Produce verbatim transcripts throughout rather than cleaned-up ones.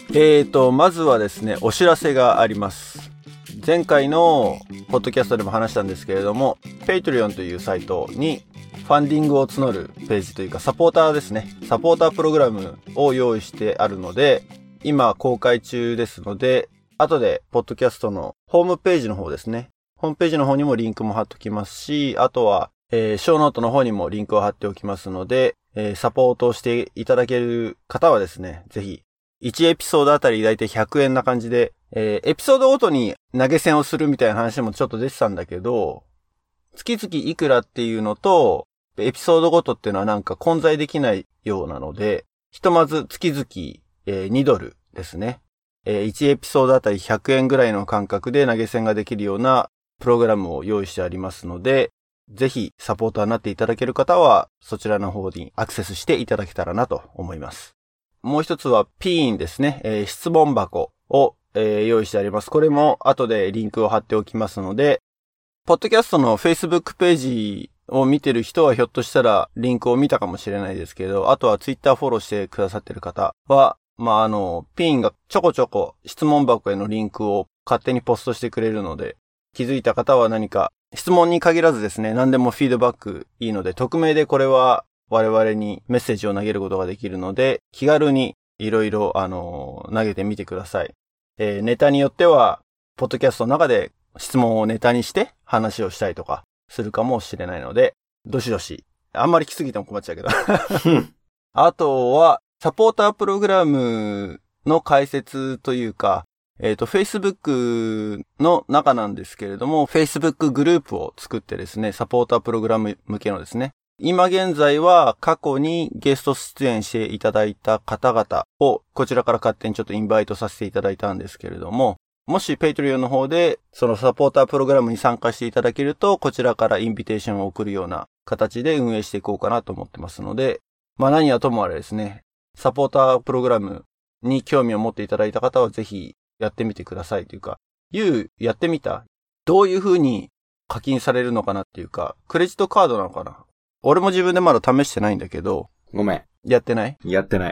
えーと、まずはですね、お知らせがあります。前回のポッドキャストでも話したんですけれども、Patreon というサイトにファンディングを募るページというか、サポーターですね。サポータープログラムを用意してあるので、今公開中ですので、後でポッドキャストのホームページの方ですね。ホームページの方にもリンクも貼っておきますし、あとは、えー、ショーノートの方にもリンクを貼っておきますので、えー、サポートをしていただける方はですね、ぜひ、いちエピソードあたりだいたいひゃくえんな感じで、えー、エピソードごとに投げ銭をするみたいな話もちょっと出てたんだけど、月々いくらっていうのと、エピソードごとっていうのはなんか混在できないようなので、ひとまず月々、えー、にドルですね。えー、いちエピソードあたりひゃくえんぐらいの感覚で投げ銭ができるようなプログラムを用意してありますので、ぜひサポーターになっていただける方はそちらの方にアクセスしていただけたらなと思います。もう一つはピーンですね、えー、質問箱を、えー、用意してあります。これも後でリンクを貼っておきますので、ポッドキャストの Facebook ページを見てる人はひょっとしたらリンクを見たかもしれないですけど、あとは Twitter フォローしてくださってる方は、まあ、あの、ピーンがちょこちょこ質問箱へのリンクを勝手にポストしてくれるので、気づいた方は何か質問に限らずですね、何でもフィードバックいいので、匿名でこれは我々にメッセージを投げることができるので、気軽にいろいろ、あの、投げてみてください。えー、ネタによっては、ポッドキャストの中で質問をネタにして話をしたりとかするかもしれないので、どしどし。あんまり来すぎても困っちゃうけど。あとは、サポータープログラムの解説というか、えっと、Facebook の中なんですけれども、Facebook グループを作ってですね、サポータープログラム向けのですね、今現在は過去にゲスト出演していただいた方々をこちらから勝手にちょっとインバイトさせていただいたんですけれども、もし Patreon の方でそのサポータープログラムに参加していただけると、こちらからインビテーションを送るような形で運営していこうかなと思ってますので、まあ何はともあれですね、サポータープログラムに興味を持っていただいた方はぜひやってみてくださいというか、ゆうやってみた？どういう風に課金されるのかなっていうか、クレジットカードなのかな？俺も自分でまだ試してないんだけど。 ごめん。 やってない？ やってない。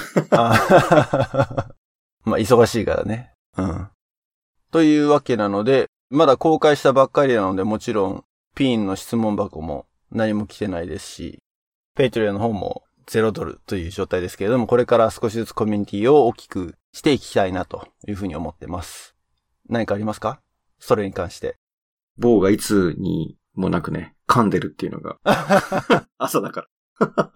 あまあ忙しいからね。うん。というわけなので、まだ公開したばっかりなので、もちろんピーンの質問箱も何も来てないですし、Patreonの方もゼロドルという状態ですけれども、これから少しずつコミュニティを大きくしていきたいなというふうに思ってます。何かありますか？それに関して。 棒がいつにもなくね、噛んでるっていうのが。朝だから。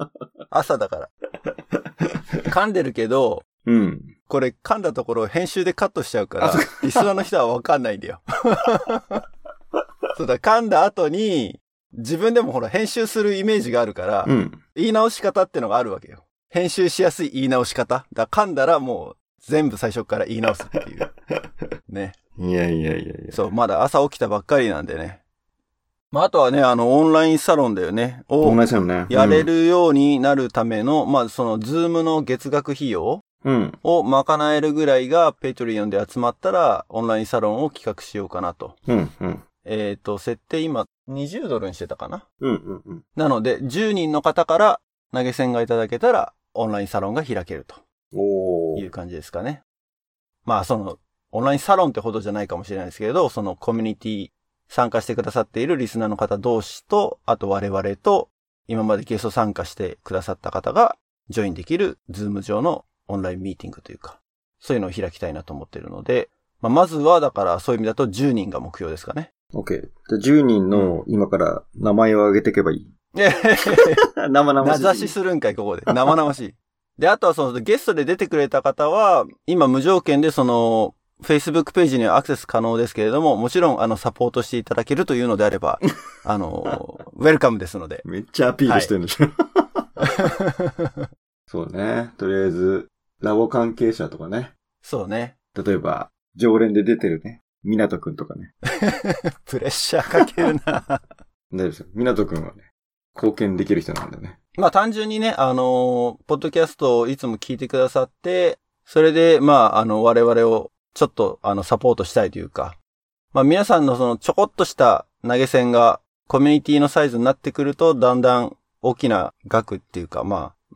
朝だから。噛んでるけど、 うん。 これ噛んだところを編集でカットしちゃうから、リスナーの人はわかんないんだよ。そうだ、噛んだ後に、自分でもほら編集するイメージがあるから、 うん、 言い直し方ってのがあるわけよ。編集しやすい言い直し方。だから噛んだらもう全部最初から言い直すっていう。ね。 いやいやいやいや。 そう、まだ朝起きたばっかりなんでね。まあ、あとはね、あの、オンラインサロンだよね。 オンラインサロンね。 やれるようになるための、うん、まあ、その、ズームの月額費用を賄えるぐらいが、ペイトリオンで集まったら、オンラインサロンを企画しようかなと。 うんうん。 えっと、設定今、にじゅうドルにしてたかな。 うんうんうん。 なので、じゅうにんの方から投げ銭がいただけたら、オンラインサロンが開けると。 おー。 いう感じですかね。まあ、その、オンラインサロンってほどじゃないかもしれないですけれど、そのコミュニティ、参加してくださっているリスナーの方同士と、あと我々と、今までゲスト参加してくださった方が、ジョインできる、ズーム上のオンラインミーティングというか、そういうのを開きたいなと思っているので、まあ、まずは、だからそういう意味だとじゅうにんが目標ですかね。 OK。じゃあじゅうにんの今から名前を挙げていけばいい。生々しい。 名指しするんかい、ここで。生々しい。で、あとはそのゲストで出てくれた方は、今無条件でその、Facebook ページにはアクセス可能ですけれども、もちろん、あの、サポートしていただけるというのであれば、あの、ウェルカムですので。 めっちゃアピールしてるんでしょ、はい、そうね。とりあえず、ラボ関係者とかね。 そうね。 例えば、常連で出てるね。みなとくんとかね。 プレッシャーかけるな。 大丈夫ですよ。みなとくんはね、貢献できる人なんだね。 まあ単純にね、あの、ポッドキャストをいつも聞いてくださって、それで、まあ、あの、我々をちょっと、あの、サポートしたいというか、まあ皆さんのそのちょこっとした投げ銭がコミュニティのサイズになってくると、だんだん大きな額っていうか、まあ、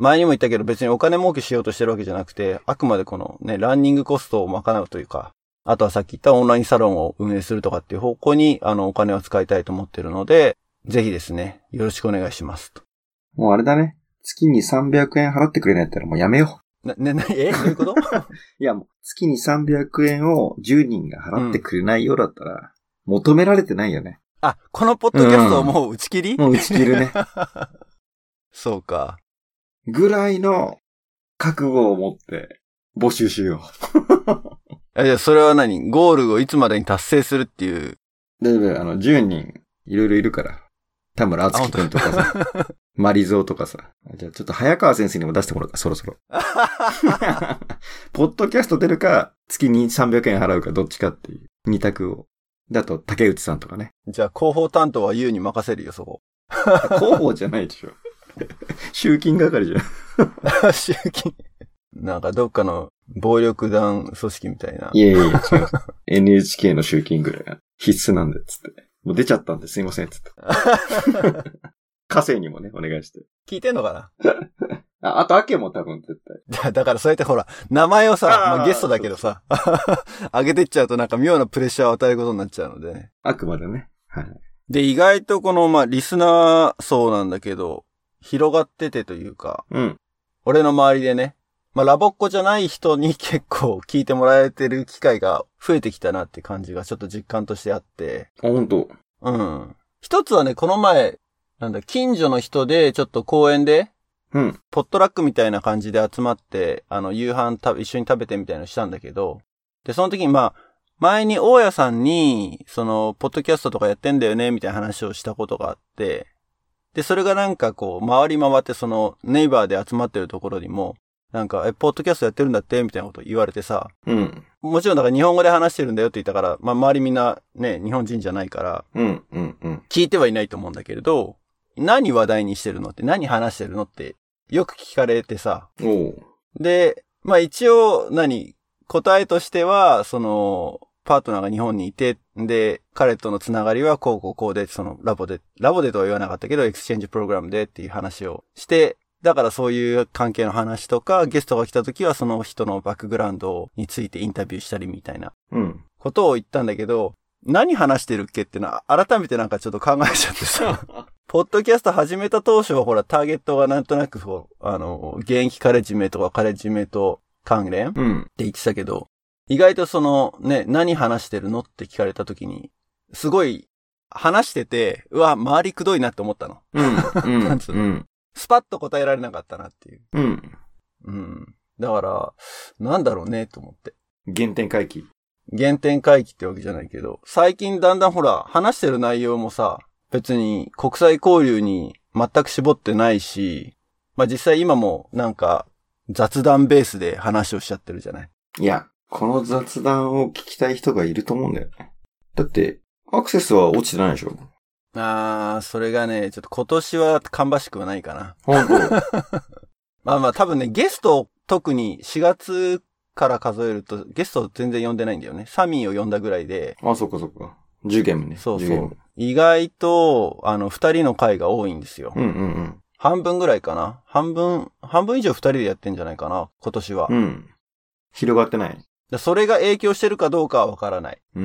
前にも言ったけど別にお金儲けしようとしてるわけじゃなくて、あくまでこのね、ランニングコストを賄うというか、あとはさっき言ったオンラインサロンを運営するとかっていう方向に、あの、お金を使いたいと思ってるので、ぜひですね、よろしくお願いしますと。 もうあれだね。月にさんびゃくえん払ってくれないったらもうやめよう。な、ね、な、えどういうこといやもう、月にさんびゃくえんをじゅうにんが払ってくれないようだったら、うん、求められてないよね。 あ、このポッドキャストをもう打ち切り、 うん、もう打ち切るね。 そうか。 ぐらいの覚悟を持って募集しよう。いや、それは何？ゴールをいつまでに達成するっていう。 だいぶ、あの、じゅうにんいろいろいるから。田村敦樹くんとかさ、マリゾーとかさ。じゃあちょっと早川先生にも出してもらうか、そろそろ。ポッドキャスト出るか、月にさんびゃくえん払うか、どっちかっていう二択を。だと、竹内さんとかね。 じゃあ、広報担当はユウに任せるよ、そこ。 広報じゃないでしょ。集金係じゃん。 集金。なんかどっかの暴力団組織みたいな。 いやいやいや、違う。エヌエイチケー の集金ぐらい必須なんで、つって。もう出ちゃったんですいません、つって。家政にもね、お願いして。 聞いてんのかなあ, あと、アケも多分絶対。だからそうやってほら、名前をさ、まあ、ゲストだけどさ、上げてっちゃうとなんか妙なプレッシャーを与えることになっちゃうので、ね。 あくまでね。はい。 で、意外とこの、まあ、リスナー層なんだけど、広がっててというか、 うん。 俺の周りでね、まあ、ラボっ子じゃない人に結構聞いてもらえてる機会が増えてきたなって感じがちょっと実感としてあって。 あ、本当。 うん。一つはね、この前、なんだ、近所の人でちょっと公園で、 うん。 ポットラックみたいな感じで集まって、あの、夕飯た一緒に食べてみたいなのしたんだけど、で、その時にまあ、前に大家さんに、その、ポッドキャストとかやってんだよね、みたいな話をしたことがあって、で、それがなんかこう、回り回ってその、ネイバーで集まってるところにも、なんか、え、ポッドキャストやってるんだって、みたいなこと言われてさ、 うん。 もちろんだから日本語で話してるんだよって言ったから、まあ、周りみんなね、日本人じゃないから、 うん、うん、うん。 聞いてはいないと思うんだけれど、何話題にしてるのって、何話してるのって、よく聞かれてさ、 おう。 で、まあ一応、何、答えとしては、その、パートナーが日本にいて、で、彼とのつながりはこうこうこうで、そのラボで、ラボでとは言わなかったけど、エクスチェンジプログラムでっていう話をして、だからそういう関係の話とか、ゲストが来た時はその人のバックグラウンドについてインタビューしたりみたいな、ことを言ったんだけど、何話してるっけってのは、改めてなんかちょっと考えちゃってさ、ポッドキャスト始めた当初はほら、ターゲットがなんとなくこう、あの、現役カレッジメイトとかカレッジメイト関連って言ってたけど、意外とそのね、何話してるのって聞かれた時に、すごい話してて、うわ、周りくどいなって思ったの。 うん。 なんつうの、うん、スパッと答えられなかったなっていう。 うん。 うん。だから、なんだろうね、と思って。 原点回帰。 原点回帰ってわけじゃないけど、最近だんだんほら、話してる内容もさ、別に国際交流に全く絞ってないし、まあ実際今もなんか雑談ベースで話をしちゃってるじゃない。 いや、この雑談を聞きたい人がいると思うんだよね。だって、アクセスは落ちてないでしょ？ あー、それがね、ちょっと今年は芳しくはないかな。 本当まあまあ多分ね、ゲスト特にしがつから数えるとゲスト全然呼んでないんだよね。サミーを呼んだぐらいで。 あ、そっかそっか。じゅうゲームね。 そうそう。意外と、あの、二人の回が多いんですよ。 うんうんうん。 半分ぐらいかな。半分、半分以上二人でやってんじゃないかな、今年は。 うん。広がってない。 それが影響してるかどうかはわからない。 うん。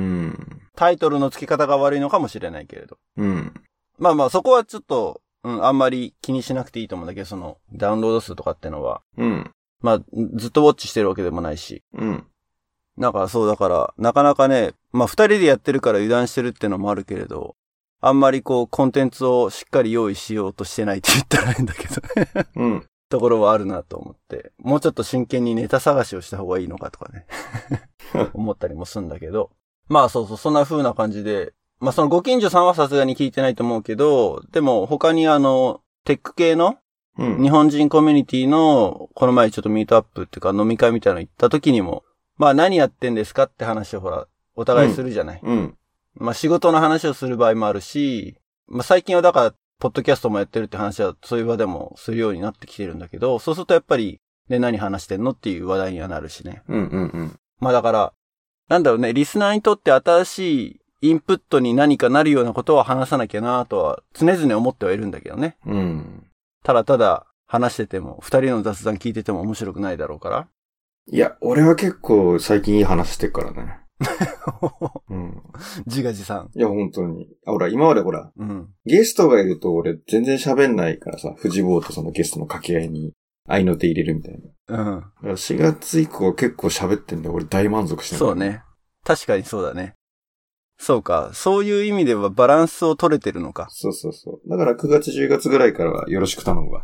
タイトルの付け方が悪いのかもしれないけれど。 うん。 まあまあ、そこはちょっと、うん、あんまり気にしなくていいと思うんだけど、その、ダウンロード数とかってのは。 うん。 まあ、ずっとウォッチしてるわけでもないし。 うん。 なんかそうだから、なかなかね、まあ二人でやってるから油断してるってのもあるけれど、あんまりこうコンテンツをしっかり用意しようとしてないって言ったらいいんだけどね。 うん。 ところはあるなと思って、もうちょっと真剣にネタ探しをした方がいいのかとかね。思ったりもするんだけど。まあそうそう、そんな風な感じで、まあそのご近所さんはさすがに聞いてないと思うけど、でも他にあの、テック系の、 うん、 日本人コミュニティの、この前ちょっとミートアップっていうか飲み会みたいなの行った時にも、まあ何やってんですかって話をほら、お互いするじゃない。 うん。うん、 まあ仕事の話をする場合もあるし、まあ最近はだから、ポッドキャストもやってるって話はそういう場でもするようになってきてるんだけど、そうするとやっぱり、ね、何話してんのっていう話題にはなるしね。 うんうんうん。 まあだから、なんだろうね、リスナーにとって新しいインプットに何かなるようなことを話さなきゃなとは常々思ってはいるんだけどね。 うん。 ただただ、 話してても、二人の雑談聞いてても面白くないだろうから。 いや、俺は結構最近いい話してるからね。うん、 自画自賛。 いや、本当に。あ、ほら、今までほら、 うん、 ゲストがいると俺全然喋んないからさ、藤坊とそのゲストの掛け合いに合いの手入れるみたいな。 うん。 だからしがつ以降結構喋ってんで俺大満足してる。 そうね。確かにそうだね。そうか。そういう意味ではバランスを取れてるのか。 そうそうそう。だからくがつじゅうがつぐらいからはよろしく頼むわ。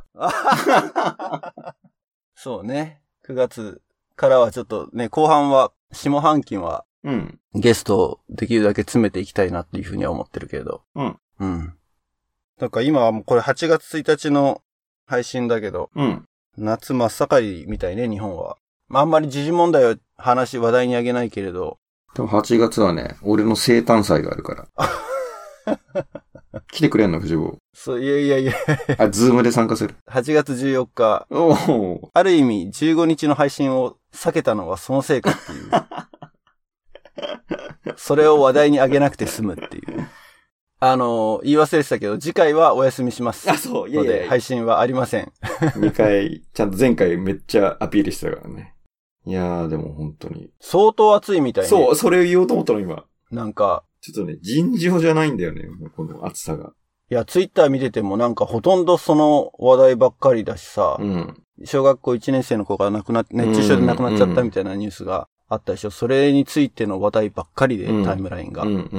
そうね。くがつからはちょっとね、後半は、下半期は、 うん。 ゲストをできるだけ詰めていきたいなっていうふうには思ってるけれど。 うん。 うん。だから今はもうこれはちがつついたちの配信だけど、 うん。 夏真っ盛りみたいね、日本は。まあ、あんまり時事問題を話、話題にあげないけれど。 でもはちがつはね、俺の生誕祭があるから。来てくれんの、藤坊。 そう、いやいやいや。 あ、ズームで参加する。 はちがつじゅうよっか。 おー。 ある意味、じゅうごにちの配信を避けたのはそのせいかっていう。それを話題にあげなくて済むっていう。あの、言い忘れてたけど、次回はお休みします。 あ、そう、いやいやいや。 ので、配信はありません。 にかい、ちゃんと前回めっちゃアピールしてたからね。いやー、でも本当に。 相当暑いみたいね。 そう、それを言おうと思ったの、今。 なんか。 ちょっとね、尋常じゃないんだよね、この暑さが。 いや、ツイッター見ててもなんかほとんどその話題ばっかりだしさ。 うん。 小学校いちねん生の子が亡くなっ、熱中症で亡くなっちゃったみたいなニュースがあったでしょ。それについての話題ばっかりで、うん、タイムラインが。 うんうんうん。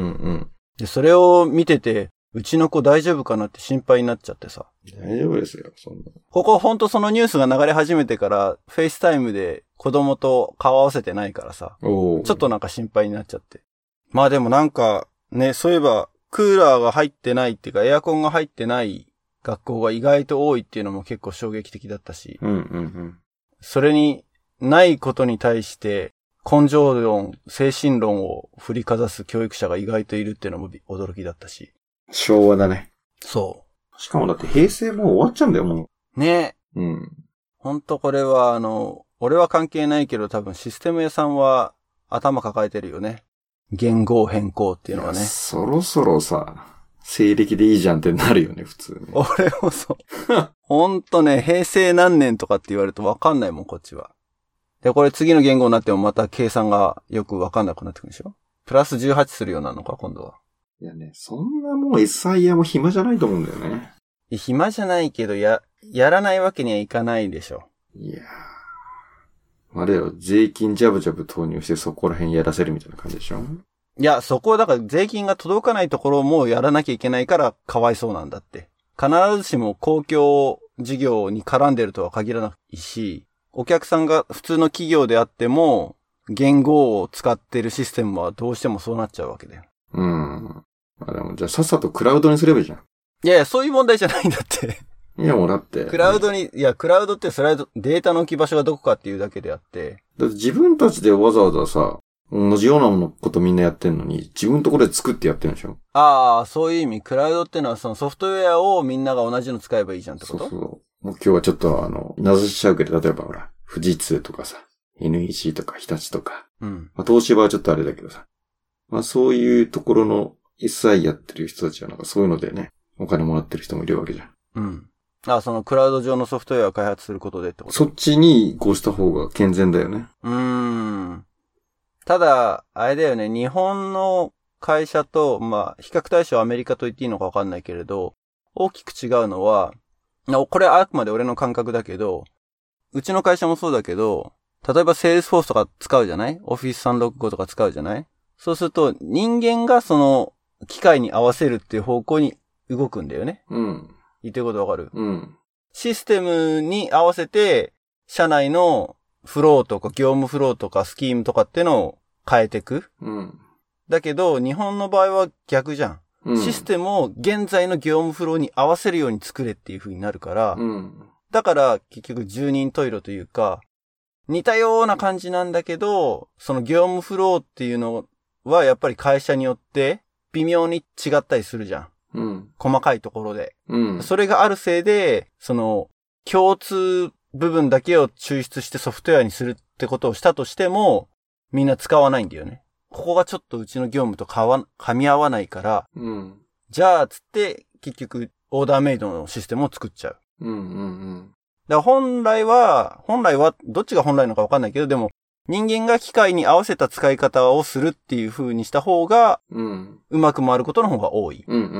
で、それを見てて、うちの子大丈夫かなって心配になっちゃってさ。 大丈夫ですよ、そんな。 ここほんとそのニュースが流れ始めてから、フェイスタイムで子供と顔合わせてないからさ。 おちょっとなんか心配になっちゃって。まあでもなんか、ね、そういえば、クーラーが入ってないっていうか、エアコンが入ってない学校が意外と多いっていうのも結構衝撃的だったし。 うんうんうん。 それに、ないことに対して、根性論、精神論を振りかざす教育者が意外といるっていうのも驚きだったし。 昭和だね。 そう。 しかもだって平成もう終わっちゃうんだよ、もう。ねえ。うん。 ほんとこれは、あの、俺は関係ないけど多分システム屋さんは頭抱えてるよね。言語変更っていうのはね。 そろそろさ、西暦でいいじゃんってなるよね、普通に。 俺もそう。ほんとね、平成何年とかって言われるとわかんないもん、こっちは。で、これ次の言語になってもまた計算がよくわかんなくなってくるでしょ？プラスじゅうはちするようなのか、今度は。 いやね、そんなもう エスアイ 屋も暇じゃないと思うんだよね。 暇じゃないけど、や、やらないわけにはいかないでしょ。 いやー。あれよ、税金ジャブジャブ投入してそこら辺やらせるみたいな感じでしょ？ いや、そこはだから税金が届かないところもやらなきゃいけないからかわいそうなんだって。必ずしも公共事業に絡んでるとは限らないし、お客さんが普通の企業であっても、言語を使ってるシステムはどうしてもそうなっちゃうわけだよ。 うん。あ、でもじゃあさっさとクラウドにすればいいじゃん。 いやいや、そういう問題じゃないんだって。 いやもうだって。 クラウドに、いや、クラウドってそれはデータの置き場所がどこかっていうだけであって。 だって自分たちでわざわざさ、同じようなものことみんなやってんのに、自分のところで作ってやってるんでしょ？ ああ、そういう意味。クラウドってのはそのソフトウェアをみんなが同じの使えばいいじゃんってこと？ そうそう。もう今日はちょっとあの、名指ししちゃうけど、例えばほら、富士通とかさ、エヌイーシー とか日立とか。 うん。 まあ東芝はちょっとあれだけどさ。まあそういうところの エスアイ やってる人たちはなんかそういうのでね、お金もらってる人もいるわけじゃん。 うん。あ、そのクラウド上のソフトウェアを開発することでってこと？ そっちに移行した方が健全だよね。 うーん。ただ、あれだよね、日本の会社と、まあ、比較対象はアメリカと言っていいのかわかんないけれど、大きく違うのは、これはあくまで俺の感覚だけど、うちの会社もそうだけど、例えば Salesforce とか使うじゃない？ オフィスさんろくご とか使うじゃない？そうすると、人間がその、機械に合わせるっていう方向に動くんだよね。 うん。 言ってることわかる？ うん。 システムに合わせて、社内のフローとか業務フローとかスキームとかってのを変えていく。 うん。 だけど、日本の場合は逆じゃん。うん、システムを現在の業務フローに合わせるように作れっていう風になるから、 うん、 だから結局十人十色というか、似たような感じなんだけど、その業務フローっていうのはやっぱり会社によって微妙に違ったりするじゃん。 うん、 細かいところで、 うん。 それがあるせいで、その共通部分だけを抽出してソフトウェアにするってことをしたとしても、みんな使わないんだよね。ここがちょっとうちの業務とかわ噛み合わないから、 うん、 じゃあつって結局オーダーメイドのシステムを作っちゃう。 うんうんうん。 から本来は、本来は、どっちが本来なのかわかんないけど、でも、人間が機械に合わせた使い方をするっていう風にした方が、うん。うまく回ることの方が多い。うんうんうんうん。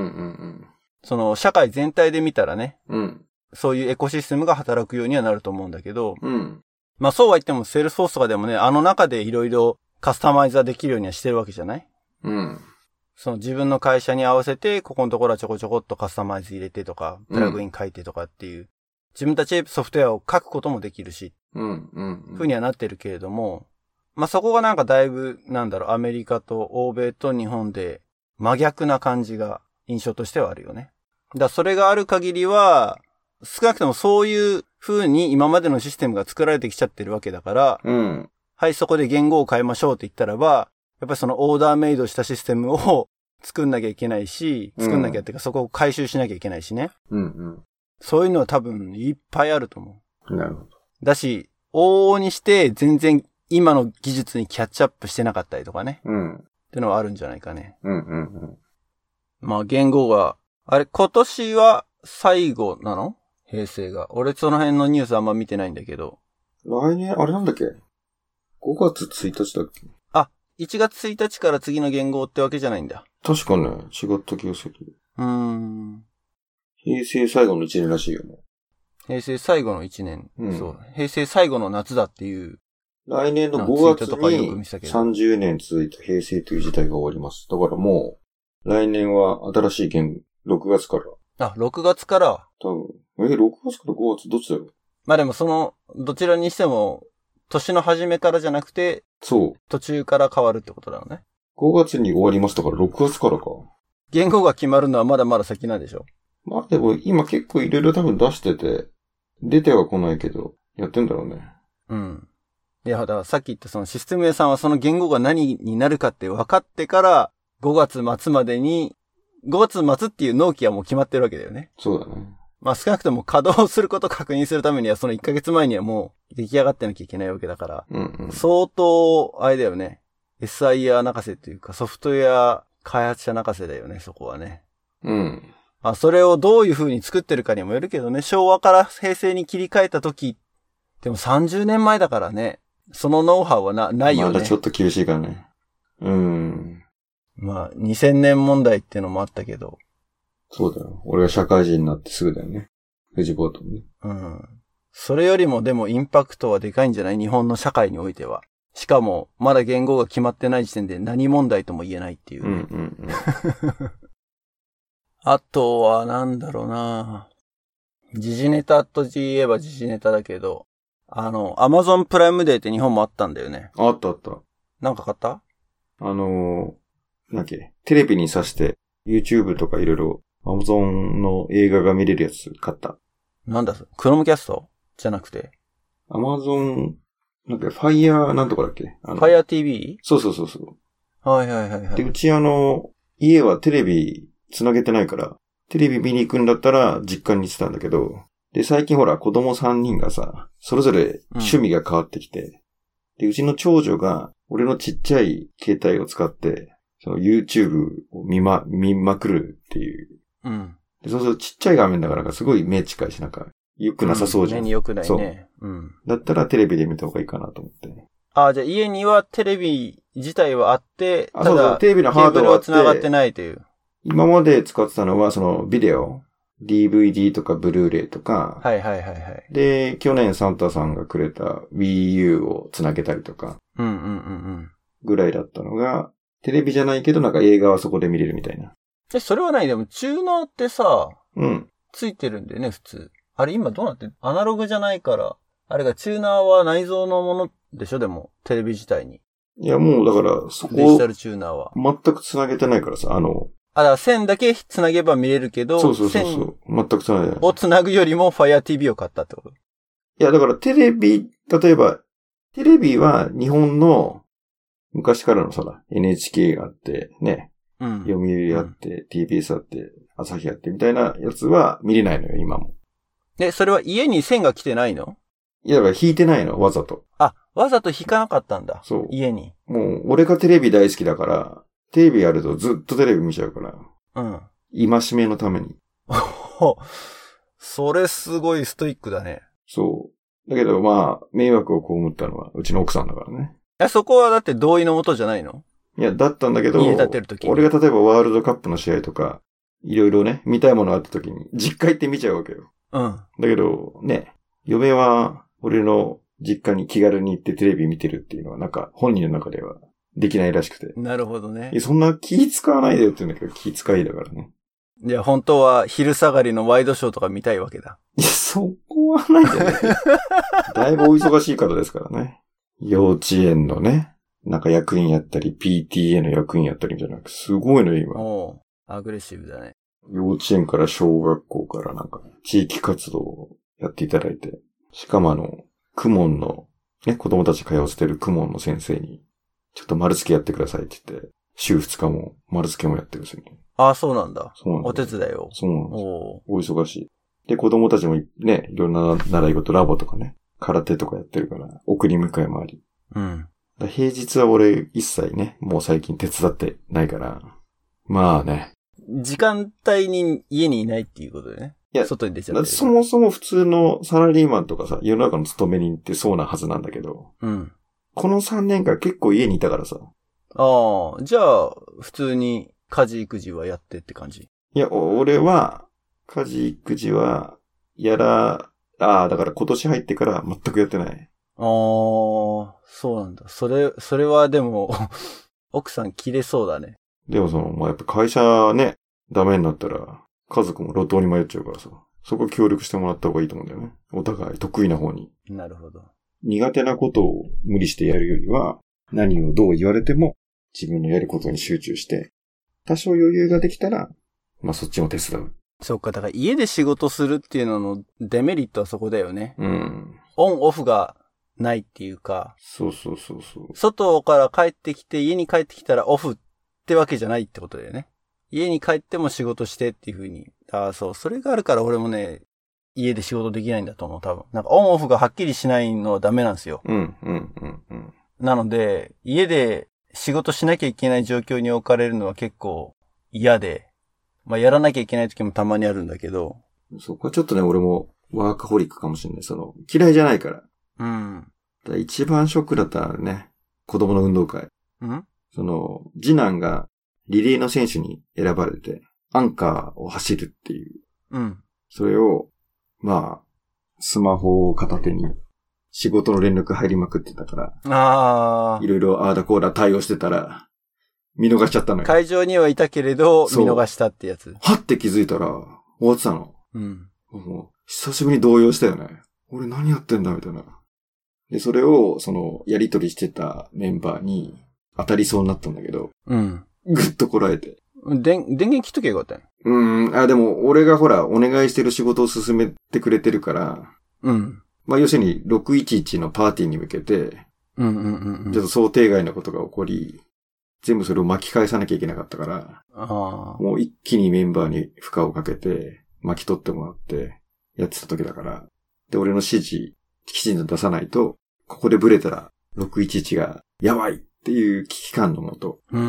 その、社会全体で見たらね。うん。そういうエコシステムが働くようにはなると思うんだけど。うん。まあそうは言っても、セールスフォースとかでもね、あの中でいろいろカスタマイザーできるようにはしてるわけじゃない？うん。その自分の会社に合わせて、ここのところはちょこちょこっとカスタマイズ入れてとか、プラグイン書いてとかっていう、うん、自分たちでソフトウェアを書くこともできるし、うん、うん、うん。ふうにはなってるけれども、まあ、そこがなんかだいぶ、なんだろう、アメリカと欧米と日本で真逆な感じが印象としてはあるよね。だからそれがある限りは、少なくともそういう風に今までのシステムが作られてきちゃってるわけだから、うん、はい、そこで言語を変えましょうって言ったらば、やっぱりそのオーダーメイドしたシステムを作んなきゃいけないし、作んなきゃっていうかそこを回収しなきゃいけないしね。うんうん、そういうのは多分いっぱいあると思う。なるほど。だし、往々にして全然今の技術にキャッチアップしてなかったりとかね。うん。ってのはあるんじゃないかね。うんうんうん。まあ言語が、あれ今年は最後なの？平成が。俺その辺のニュースあんま見てないんだけど。 来年、あれなんだっけ？ ご 月ついたちだっけ？ あ、いちがつついたちから次の言語ってわけじゃないんだ。 確かね、違った気がする。うーん。平成最後のいちねんらしいよね。 平成最後のいちねん。うん。そう。平成最後の夏だっていう。 来年のごがつにさんじゅうねん続いた平成という時代が終わります。だからもう、来年は新しい言語、ろくがつから。 あ、ろくがつから。 多分。え、ろくがつからごがつどっちだろう？ まあでもその、どちらにしても、年の初めからじゃなくて、そう。途中から変わるってことだよね。 ごがつに終わりましたからろくがつからか。 言語が決まるのはまだまだ先なんでしょ？ まあでも今結構いろいろ多分出してて、出ては来ないけど、やってんだろうね。 うん。いや、だからさっき言ったそのシステム屋さんはその言語が何になるかって分かってから、ごがつ末までに、ごがつ末っていう納期はもう決まってるわけだよね。 そうだね。 まあ少なくとも稼働することを確認するためにはそのいっかげつまえにはもう出来上がってなきゃいけないわけだから、うんうん、相当、あれだよね。エスアイアール 泣かせというかソフトウェア開発者泣かせだよね、そこはね。うん。まあそれをどういう風に作ってるかにもよるけどね、昭和から平成に切り替えた時、でもさんじゅうねんまえだからね、そのノウハウはな、ないよね。 まだちょっと厳しいからね。うん。 まあにせんねん問題っていうのもあったけど。 そうだよ。俺が社会人になってすぐだよね。フジボートもね。 うん。それよりもでもインパクトはでかいんじゃない？日本の社会においては。しかも、まだ言語が決まってない時点で何問題とも言えないっていう、ね。うんうんうん。あとは、なんだろうな。時事ネタと言えば時事ネタだけど、あの、アマゾンプライムデーって日本もあったんだよね。 あったあった。 なんか買った？ あのー、なんだっけ、テレビに挿して、YouTube とかいろいろ、アマゾンの映画が見れるやつ買った。 なんだ、クロームキャストじゃなくて。 アマゾン、なんか、ファイヤーなんとかだっけ？ ファイヤー ティーブイ？ そうそうそうそう。 はいはいはいはい。 で、うちあの、家はテレビ繋げてないから、テレビ見に行くんだったら実家に行ってたんだけど、で、最近ほら子供さんにんがさ、それぞれ趣味が変わってきて、うん、で、うちの長女が俺のちっちゃい携帯を使って、その YouTube を見ま、見まくるっていう。うん。で、そうするとちっちゃい画面だからすごい目近いし、なんか、良くなさそうじゃん。 うん、目に良くないね。そう。 うん。だったらテレビで見た方がいいかなと思って。 ああ、じゃあ家にはテレビ自体はあって、 あ、そうそう、テレビのハードは繋がってないという。 今まで使ってたのは、そのビデオ、ディーブイディー とかブルーレイとか。 はいはいはいはい。 で、去年サンタさんがくれた Wii U を繋げたりとか。 うんうんうんうん。 ぐらいだったのが、テレビじゃないけどなんか映画はそこで見れるみたいな。 え、それはない。でも、チューナーってさ、 うん。 ついてるんだよね、普通。あれ今どうなってアナログじゃないから、あれがチューナーは内蔵のものでしょでも、テレビ自体に。 いや、もうだから、そこ。 デジタルチューナーは。 全く繋げてないからさ、あの。 あ、だから線だけ繋げば見れるけど、 そうそうそうそう。全く繋げない。 を繋ぐよりも Fire ティーブイ を買ったってこと？ いや、だからテレビ、例えば、テレビは日本の昔からのさ、エヌエイチケー があって、ね。うん。読売あって、うん、ティービーエス あって、朝日あってみたいなやつは見れないのよ、今も。 で、それは家に線が来てないの？ いや、だから引いてないの、わざと。 あ、わざと引かなかったんだ。 そう。 家に。 もう、俺がテレビ大好きだから、テレビやるとずっとテレビ見ちゃうから。うん。戒めのために。 それすごいストイックだね。 そう。だけどまあ、迷惑を被ったのはうちの奥さんだからね。 え、そこはだって同意のもとじゃないの？ いや、だったんだけど、 家建てるときに。 俺が例えばワールドカップの試合とか、いろいろね、見たいものがあったときに、実家行って見ちゃうわけよ。 うん。 だけど、ね、嫁は俺の実家に気軽に行ってテレビ見てるっていうのはなんか本人の中ではできないらしくて。 なるほどね。 そんな気使わないでよって言うんだけど、気使いだからね。 いや、本当は昼下がりのワイドショーとか見たいわけだ。 いや、そこはないんだよね。だいぶお忙しい方ですからね。幼稚園のね、なんか役員やったり、ピーティーエー の役員やったりじゃなくて、すごいのよ、今。 おう、アグレッシブだね。 幼稚園から小学校からなんか、地域活動をやっていただいて、しかもあの、公文の、ね、子供たち通わせてる公文の先生に、ちょっと丸付けやってくださいって言って、週二日も丸付けもやってるんですよね。 ああ、そうなんだ。 そうなんだ。 お手伝いを。 そうなんです。 おお忙しい。で、子供たちもね、いろんな習い事、ラボとかね、空手とかやってるから、送り迎えもあり。 うん。 だ平日は俺一切ね、もう最近手伝ってないから、まあね。 時間帯に家にいないっていうことでね。いや、外に出ちゃってる。 そもそも普通のサラリーマンとかさ、世の中の勤め人ってそうなはずなんだけど、 うん。 このさんねんかん結構家にいたからさ。 ああ、じゃあ、普通に家事育児はやってって感じ？ いや、俺は、家事育児は、やら、ああ、だから今年入ってから全くやってない。 ああ、そうなんだ。それ、それはでも、奥さん切れそうだね。 でもその、まあ、やっぱ会社ね、ダメになったら、家族も路頭に迷っちゃうからさ、そこ協力してもらった方がいいと思うんだよね。お互い得意な方に。 なるほど。 苦手なことを無理してやるよりは、何をどう言われても、自分のやることに集中して、多少余裕ができたら、まあそっちも手伝う。 そっか、だから家で仕事するっていうののデメリットはそこだよね。 うん。 オンオフがないっていうか。 そうそうそうそう。 外から帰ってきて家に帰ってきたらオフってわけじゃないってことだよね。家に帰っても仕事してっていう風に。ああ、そう。それがあるから俺もね、家で仕事できないんだと思う、多分。なんかオンオフがはっきりしないのはダメなんですよ。 うん、うん、うん、うん。 なので、家で仕事しなきゃいけない状況に置かれるのは結構嫌で、まあやらなきゃいけない時もたまにあるんだけど。 そこはちょっとね、俺もワーカホリックかもしれない。その、嫌いじゃないから。 うん。 だ一番ショックだったらね、子供の運動会。 うんその、次男がリレーの選手に選ばれて、アンカーを走るっていう。 うん。 それを、まあ、スマホを片手に、仕事の連絡入りまくってたから、 ああ。 いろいろあーだこーだ対応してたら、見逃しちゃったのよ。 会場にはいたけれど、見逃したってやつ。 はって気づいたら、終わってたの。 うん。 もう、久しぶりに動揺したよね。俺何やってんだみたいな。で、それを、その、やりとりしてたメンバーに当たりそうになったんだけど、 うん。 ぐっとこらえて。 電、電源切っとけばよかったよ。 うーん、あ、でも、俺がほら、お願いしてる仕事を進めてくれてるから、 うん。 まあ、要するに、ろくいちいちのパーティーに向けて、 うんうんうんうん。 ちょっと想定外のことが起こり、全部それを巻き返さなきゃいけなかったから、 あもう一気にメンバーに負荷をかけて、巻き取ってもらって、やってた時だから、で、俺の指示、きちんと出さないと、ここでブレたら、ろくいちいちが、やばいっていう危機感のもと。 うん。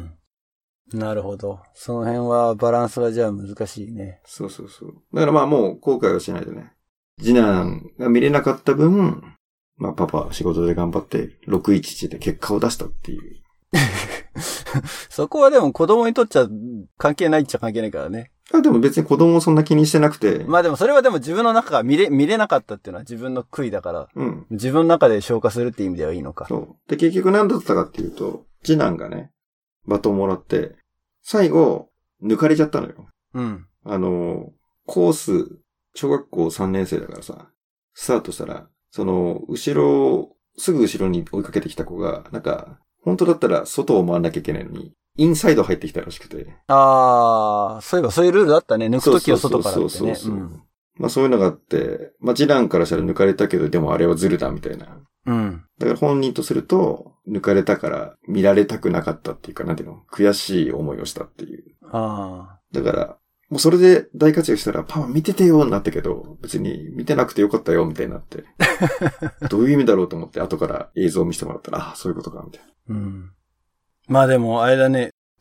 なるほど。その辺はバランスがじゃあ難しいね。 そうそうそう。だからまあもう後悔はしないでね。次男が見れなかった分、まあパパ仕事で頑張ってろくいちいちで結果を出したっていう。 そこはでも子供にとっちゃ関係ないっちゃ関係ないからね。 あ、でも別に子供をそんな気にしてなくて。 まあでもそれはでも自分の中が見れ、見れなかったっていうのは自分の悔いだから。 うん。 自分の中で消化するっていう意味ではいいのか。 そう。で、結局何だったかっていうと、次男がね、バトンもらって、最後、抜かれちゃったのよ。 うん。 あの、コース、小学校さんねん生だからさ、スタートしたら、その、後ろ、すぐ後ろに追いかけてきた子が、なんか、本当だったら外を回んなきゃいけないのに、インサイド入ってきたらしくて。 ああ、そういえばそういうルールだったね。抜くときは外からってね。 そうそうそうそう、うん。まあそういうのがあって、まあ次男からしたら抜かれたけど、でもあれはズルだみたいな。 うん。だから本人とすると、抜かれたから見られたくなかったっていうか、なんていうの、悔しい思いをしたっていう。 ああ。 だから、もうそれで大活躍したら、パパ見ててよになったけど、別に見てなくてよかったよみたいになって。どういう意味だろうと思って、後から映像を見せてもらったら、ああ、そういうことか、みたいな。 うん。まあでも、あれだね。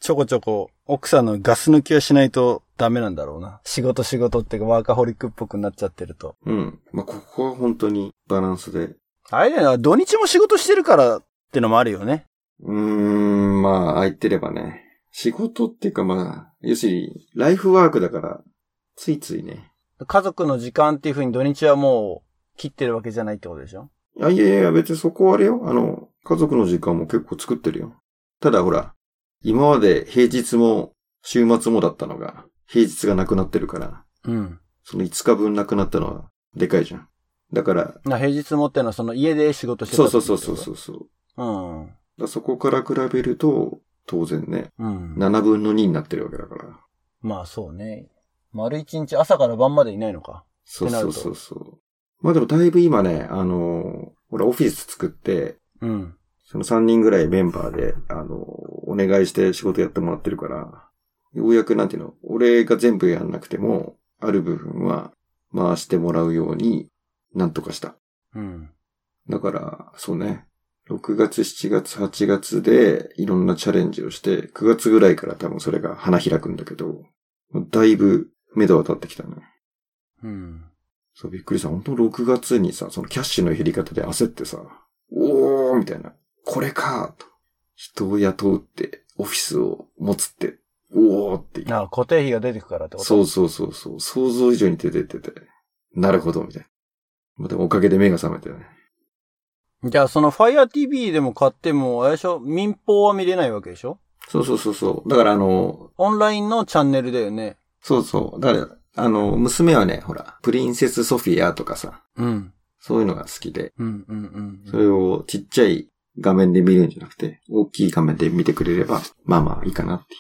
ちょこちょこ奥さんのガス抜きはしないとダメなんだろうな。仕事仕事ってワーカホリックっぽくなっちゃってると。 うん。まあ、ここは本当にバランスで。 あれだよな、土日も仕事してるからってのもあるよね。 うーん、まあ、空いてればね。仕事っていうかまあ、要するに、ライフワークだから、ついついね。 家族の時間っていう風に土日はもう切ってるわけじゃないってことでしょ？ いやいやいや、別にそこはあれよ。あの、家族の時間も結構作ってるよ。ただほら、今まで平日も週末もだったのが、平日がなくなってるから、 うん。 そのいつかぶんなくなったのはでかいじゃん。だから、 な平日もってのはその家で仕事してたそうそうそうそうそう。 うん。 だそこから比べると、当然ね、 うん。 ななぶんのにになってるわけだから。 まあそうね。丸一日朝から晩までいないのか。 そうそうそうそう。まあでもだいぶ今ね、あのー、ほらオフィス作って、 うん。 そのさんにんぐらいメンバーで、あのー、お願いして仕事やってもらってるから、ようやくなんていうの、俺が全部やんなくても、ある部分は回してもらうように、なんとかした。 うん。だから、そうね。ろくがつ、しちがつ、はちがつでいろんなチャレンジをして、くがつぐらいから多分それが花開くんだけど、だいぶ目処は立ってきたね。 うん。 そう、びっくりした。本当ろくがつにさ、そのキャッシュの減り方で焦ってさ、おーみたいな。これかと。人を雇うって、オフィスを持つって、おーっていう。 ああ、固定費が出てくからってこと？ そうそうそうそう。想像以上に出てってて。なるほど、みたいな。まあ、でもおかげで目が覚めたよね。 じゃあその Fire ティービー でも買っても、あれでしょ？民放は見れないわけでしょ？ そうそうそうそう。だからあの、 オンラインのチャンネルだよね。 そうそう。だから、あの、娘はね、ほら、プリンセスソフィアとかさ。 うん。 そういうのが好きで。 うんうんうん、うん。 それをちっちゃい画面で見るんじゃなくて、大きい画面で見てくれれば、まあまあいいかなっていう。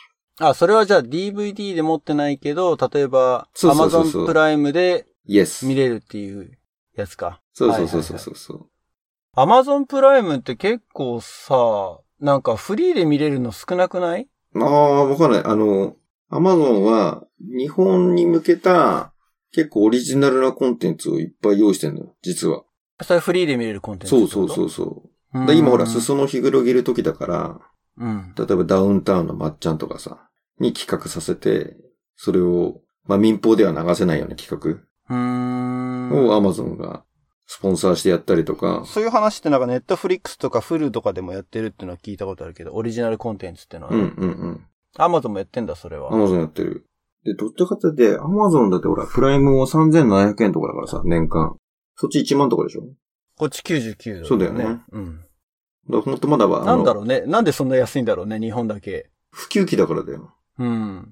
あ、それはじゃあ ディーブイディー で持ってないけど、例えば、 そうそうそうそう Amazon プライムで見れるっていうやつか。 そうそうそうそうそうそう。 Amazon プライムって結構さ、なんかフリーで見れるの少なくない？ ああ、わかんない。あの、Amazon は日本に向けた結構オリジナルなコンテンツをいっぱい用意してんのよ、実は。 それフリーで見れるコンテンツそうそうそうそう。で今ほら、裾野広げる時だから、 うん、 例えばダウンタウンのまっちゃんとかさ、に企画させて、それを、まあ民放では流せないような企画うーんを Amazon がスポンサーしてやったりとか。 そういう話ってなんか Netflix とか Hulu とかでもやってるっていうのは聞いたことあるけど、オリジナルコンテンツってのはね。 うんうんうん。 Amazon もやってんだ、それは。 Amazon やってる。で、どっちかって言って、Amazon だってほら、プライムをさんぜんななひゃくえんとかだからさ、年間。そっちいちまんとかでしょ？ こっちきゅうじゅうきゅうドル、ね。 そうだよね。 うん。 だからほんとまだは。 なんだろうね。なんでそんな安いんだろうね、日本だけ。 普及期だからだよ。 うん。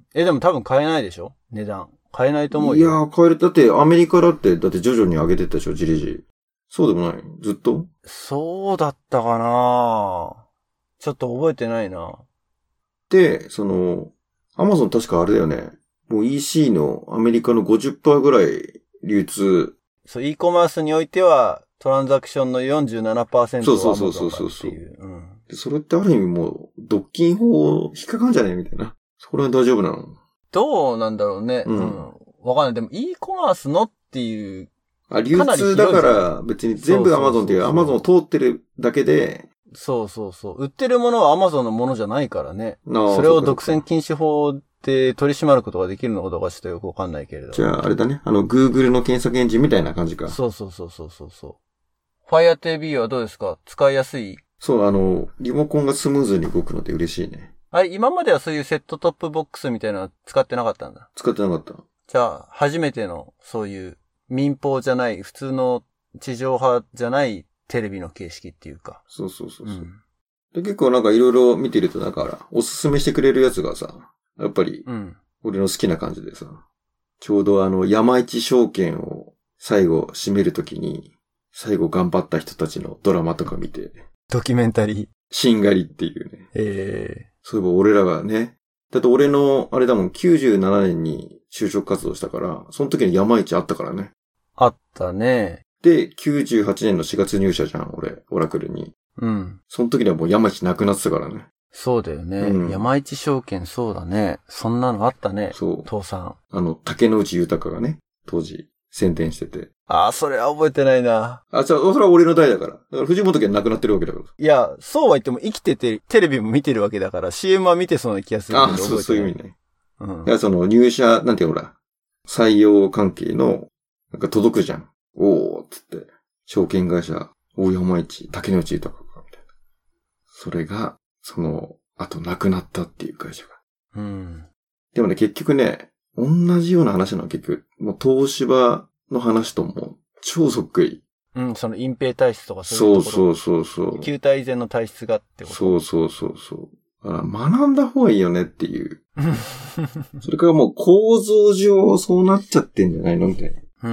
え、でも多分買えないでしょ？値段。買えないと思うよ。 いやー、買える。だってアメリカだって、だって徐々に上げてったでしょ、じりじり。そうでもない？ずっと？ そうだったかなちょっと覚えてないな。 で、その、Amazon 確かあれだよね。もう イーシー のアメリカの ごじゅっパーセント ぐらい流通。 そう、e コマースにおいては、トランザクションの よんじゅうななパーセント は Amazon そうそうそうそうそう。 っていう。うん。 で、それってある意味もう、独禁法引っかかんじゃねえみたいな。それは大丈夫なの？ どうなんだろうね。 うん。 うん、わかんない。でも e コマースのっていう。 あ、流通だから別に全部 Amazon っていう Amazon を通ってるだけで。 そうそうそう。売ってるものは Amazon のものじゃないからね。 それを独占禁止法で取り締まることができるのかどうかちょっとよくわかんないけれど。 じゃああれだね。あの Google の検索エンジンみたいな感じか。 そうそうそうそうそうそう。Fire ティービー はどうですか？使いやすい？ そう、あの、リモコンがスムーズに動くので嬉しいね。 あれ、今まではそういうセットトップボックスみたいなの使ってなかったんだ。 使ってなかった。 じゃあ、初めてのそういう民放じゃない、普通の地上波じゃないテレビの形式っていうか。 そうそうそうそう、うん。で、結構なんかいろいろ見てるとなんかおすすめしてくれるやつがさ、やっぱり、俺の好きな感じでさ、うん、ちょうどあの、山一証券を最後締めるときに、最後頑張った人たちのドラマとか見て。 ドキュメンタリー。 しんがりっていうね。 ええー。 そういえば俺らがね、だって俺の、あれだもん、きゅうじゅうななねんに就職活動したから、その時に山一あったからね。 あったね。 で、きゅうじゅうはちねんのしがつ入社じゃん、俺、オラクルに。 うん。 その時にはもう山一なくなってたからね。 そうだよね。うん、山一証券そうだね。そんなのあったね。 そう。 父さん。 あの、竹之内豊がね、当時宣伝してて。 ああ、それは覚えてないな。 あ、じゃあ、それは俺の代だから。だから藤本家亡くなってるわけだから。 いや、そうは言っても生きてて、テレビも見てるわけだから、シーエム は見てそうな気がするけど。 あ、そう、そういう意味ね。 うん。 いや、その入社、なんていうのほら、採用関係の、なんか届くじゃん。おー、つって。証券会社、大山一、竹之内豊か、みたいな。それが、その、あと亡くなったっていう会社が。 うん。 でもね、結局ね、同じような話なの、結局。もう東芝の話とも、超そっくり。 うん、その隠蔽体質とかそういうところ。 そうそうそうそう。 球体以前の体質がってこと。 そうそうそうそう。だから学んだ方がいいよねっていう。それからもう構造上そうなっちゃってんじゃないのみたいな。 うん。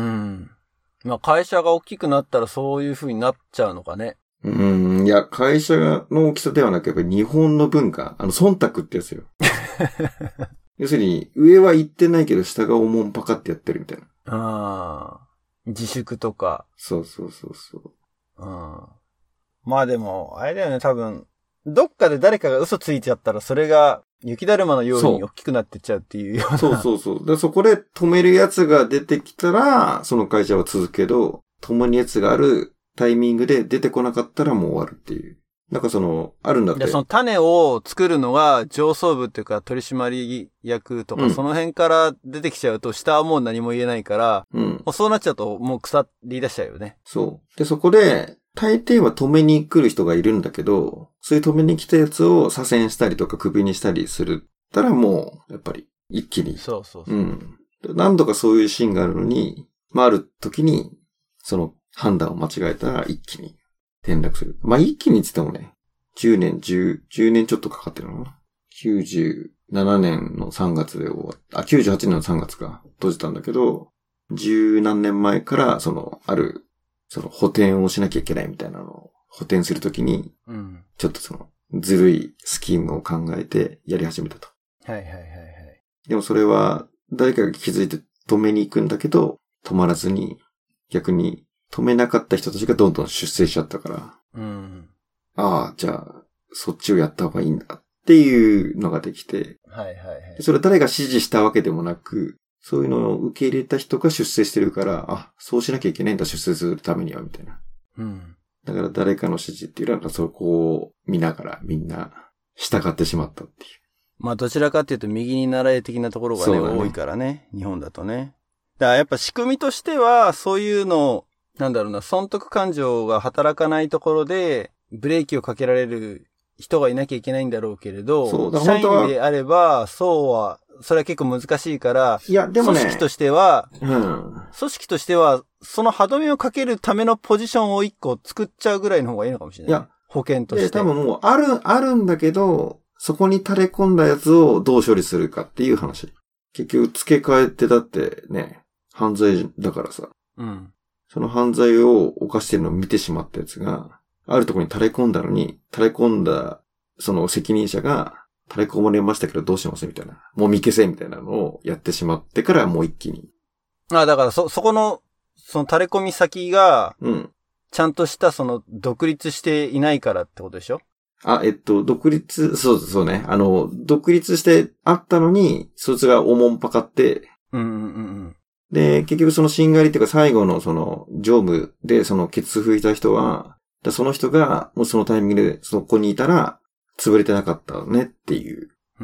まあ会社が大きくなったらそういう風になっちゃうのかね。 うん、いや、会社の大きさではなく、やっぱり日本の文化、あの、忖度ってやつよ。要するに、上は言ってないけど、下がおもんぱかってやってるみたいな。 ああ。自粛とか。 そうそうそうそう。 うん。まあでも、あれだよね、多分、どっかで誰かが嘘ついちゃったら、それが雪だるまのように大きくなってっちゃうっていうような。 そうそうそう。でそこで止めるやつが出てきたら、その会社は続くけど、止めるやつがあるタイミングで出てこなかったらもう終わるっていう。なんかその、あるんだって。 で、その種を作るのが上層部っていうか取締役とか、うん、その辺から出てきちゃうと下はもう何も言えないから、うん、もうそうなっちゃうともう腐り出しちゃうよね。 そう。で、そこで、大抵は止めに来る人がいるんだけど、そういう止めに来たやつを左遷したりとか首にしたりするったらもう、やっぱり一気に。 そうそうそう。 うん。何度かそういうシーンがあるのに、まあある時に、その判断を間違えたら一気に転落する。まあ一気にって言ってもね、じゅうねん、じゅう、じゅうねんちょっとかかってるのかな。きゅうじゅうななねんのさんがつで終わっあ、きゅうじゅうはちねんのさんがつか閉じたんだけど、十何年前から、その、ある、その補填をしなきゃいけないみたいなのを補填するときに、うん、ちょっとその、ずるいスキームを考えてやり始めたと。 はいはいはいはい。 でもそれは、誰かが気づいて止めに行くんだけど、止まらずに、逆に止めなかった人たちがどんどん出世しちゃったから、うん、ああ、じゃあ、そっちをやった方がいいんだっていうのができて、 はいはいはい。 それは誰が指示したわけでもなく、そういうのを受け入れた人が出世してるから、あ、そうしなきゃいけないんだ、出世するためには、みたいな。うん。だから誰かの指示っていうのは、そこを見ながらみんな従ってしまったっていう。 まあどちらかっていうと右に習え的なところが ね, ね多いからね、日本だとね。だからやっぱ仕組みとしては、そういうの、なんだろうな、損得感情が働かないところで、ブレーキをかけられる人がいなきゃいけないんだろうけれど、そうだ社員であれば、そうは、それは結構難しいから、 いや、でもね、 組織としては、 うん、 組織としては、その歯止めをかけるためのポジションを一個作っちゃうぐらいの方がいいのかもしれない。いや、保険として。 多分もう、ある、あるんだけど、そこに垂れ込んだやつをどう処理するかっていう話。結局、付け替えってだってね、犯罪だからさ。うん。その犯罪を犯してるのを見てしまったやつが、あるところに垂れ込んだのに、垂れ込んだ、その責任者が、垂れ込まれましたけどどうしますみたいな。もう見消せみたいなのをやってしまってからもう一気に。 ああ、だからそ、そこの、その垂れ込み先が、うん。ちゃんとしたその独立していないからってことでしょ？ あ、えっと、独立、そうそうね。あの、独立してあったのに、そいつがおもんぱかって、 うんうんうんうん。 で、結局そのしんがりっていうか最後のその、常務でそのケツ拭いた人は、その人がもうそのタイミングでそこにいたら、潰れてなかったねっていう。うん。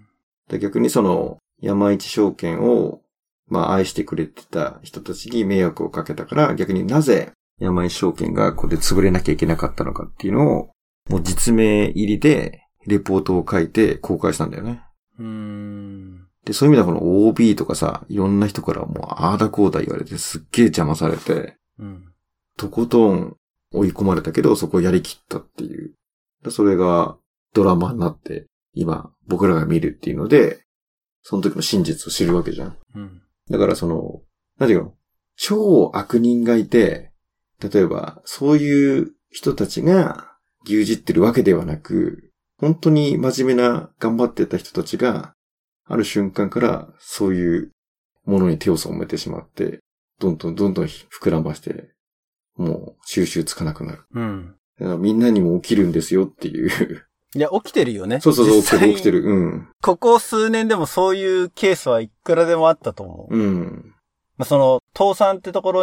で逆にその、山一証券を、まあ愛してくれてた人たちに迷惑をかけたから、逆になぜ山一証券がここで潰れなきゃいけなかったのかっていうのを、もう実名入りでレポートを書いて公開したんだよね。うーん。で、そういう意味ではこの オービー とかさ、いろんな人からもうあーだこーだ言われてすっげー邪魔されて、うん。とことん追い込まれたけどそこをやりきったっていう。それがドラマになって今僕らが見るっていうので、その時の真実を知るわけじゃん。うん。だからその、なんていうの？超悪人がいて、例えばそういう人たちが牛耳ってるわけではなく、本当に真面目な頑張ってた人たちが、ある瞬間からそういうものに手を染めてしまって、どんどんどんどん膨らまして、もう収集つかなくなる。うん。だからみんなにも起きるんですよっていう。 いや、起きてるよね。 そうそうそう、起きてる起きてる。うん。 ここ数年でもそういうケースはいくらでもあったと思う。うん。まあ、その、倒産ってところに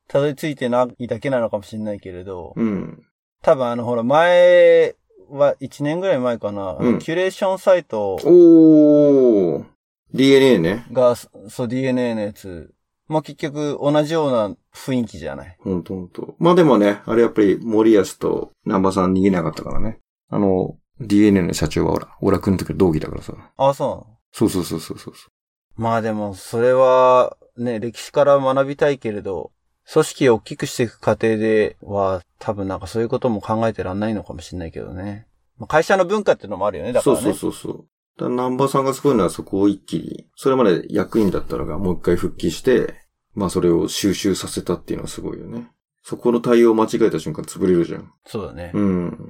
たどり着いてないだけなのかもしれないけれど、 うん。 多分あのほら前はいちねんぐらい前かな、 うん、 キュレーションサイト。 おー。ディーエヌエー ね。 が、そう ディーエヌエー のやつ。まあ、結局同じような雰囲気じゃない。 ほんとほんと。まあでもね、あれやっぱり森保と南波さん逃げなかったからね。あの、ディーエヌエー の社長はほら、オラクの時の同期だからさ。 ああ、そうなの？ そうそうそうそうそう。 まあでも、それは、ね、歴史から学びたいけれど、組織を大きくしていく過程では、多分なんかそういうことも考えてらんないのかもしれないけどね。まあ、会社の文化っていうのもあるよね、だからね。 そうそうそうそう。だから南波さんがすごいのはそこを一気に、それまで役員だったのがもう一回復帰して、まあそれを収集させたっていうのはすごいよね。そこの対応を間違えた瞬間潰れるじゃん。 そうだね。 うん。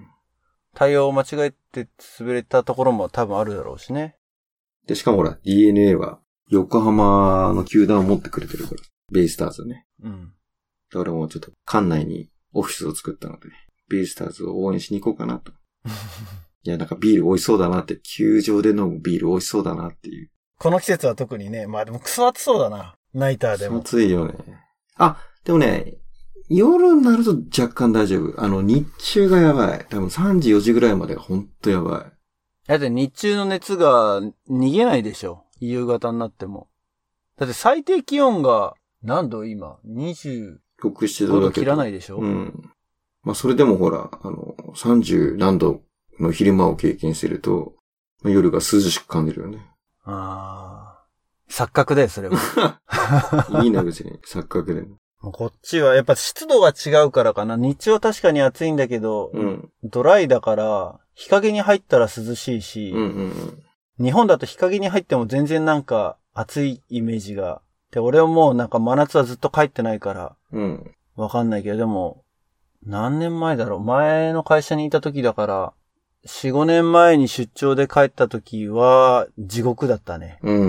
対応を間違えて潰れたところも多分あるだろうしね。 で、しかもほら、ディーエヌエー は横浜の球団を持ってくれてるから。ベイスターズね。 うん。 だからもうちょっと館内にオフィスを作ったので、ベイスターズを応援しに行こうかなと。いや、なんかビール美味しそうだなって、球場で飲むビール美味しそうだなっていう。 この季節は特にね、まあでもクソ暑そうだな。ナイターでも。 暑いよね。あ、でもね、夜になると若干大丈夫。あの、日中がやばい。多分さんじよじぐらいまでがほんとやばい。 だって日中の熱が逃げないでしょ。夕方になっても。だって最低気温が何度今 ?にじゅうごろく、ななど度切らないでしょ。 うん。まあそれでもほら、あの、さんじゅうなんどの昼間を経験してると、夜が涼しく感じるよね。 ああ。錯覚だよ、それは。 いいな、別に。錯覚で。 もうこっちはやっぱ湿度が違うからかな。日中は確かに暑いんだけど、 うん、 ドライだから日陰に入ったら涼しいし、 うんうんうん、 日本だと日陰に入っても全然なんか暑いイメージが。で、俺はもうなんか真夏はずっと帰ってないから、 うん、 わかんないけど、でも、何年前だろう。前の会社にいた時だから、よん、ごねんまえに出張で帰った時は地獄だったね。 うん。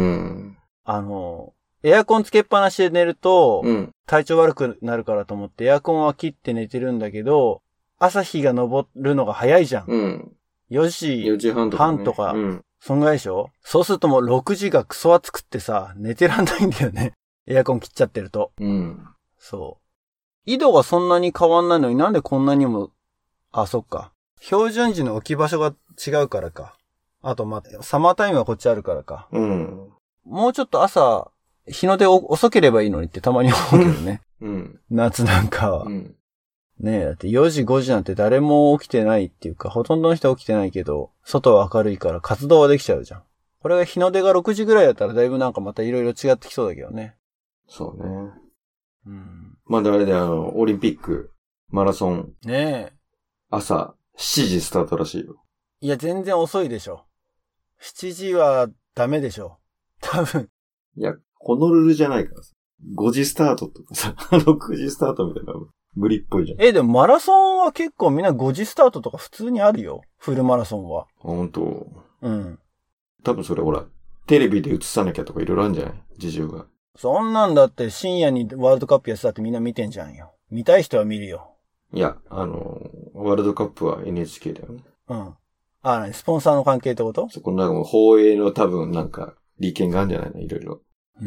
あの、エアコンつけっぱなしで寝ると、 うん、 体調悪くなるからと思ってエアコンは切って寝てるんだけど、朝日が昇るのが早いじゃん。 うん。 よじよじはんとか、ね。 半とか、 うん、 そんぐらいでしょ？そうするともうろくじがクソ暑くってさ、寝てらんないんだよね。エアコン切っちゃってると。 うん。 そう。緯度がそんなに変わんないのになんでこんなにも、あ、そっか。標準時の置き場所が違うからか。あと、まあ、サマータイムはこっちあるからか。 うん。 もうちょっと朝、日の出遅ければいいのにってたまに思うけどね。 うん。 夏なんかは。 うん。 ねえ、だってよじごじなんて誰も起きてないっていうか、ほとんどの人は起きてないけど、外は明るいから活動はできちゃうじゃん。これが日の出がろくじぐらいだったらだいぶなんかまたいろいろ違ってきそうだけどね。 そうね。 うん。 まあ、であれであの、オリンピック、マラソン。 ねえ。 朝、しちじスタートらしいよ。 いや、全然遅いでしょ。しちじはダメでしょ。多分。 いや、ホノルルじゃないからさ。ごじスタートとかさ、ろくじスタートみたいな無理っぽいじゃん。 え、でもマラソンは結構みんなごじスタートとか普通にあるよ。フルマラソンは。 ほんと。 うん。 多分それほら、テレビで映さなきゃとかいろいろあるんじゃない？事情が。 そんなんだって深夜にワールドカップやってたってみんな見てんじゃんよ。見たい人は見るよ。 いや、あの、ワールドカップは エヌエイチケー だよね。 うん。あ、何スポンサーの関係ってこと？ そこなんかもう放映の多分なんか利権があるんじゃないの？いろいろ。 うん。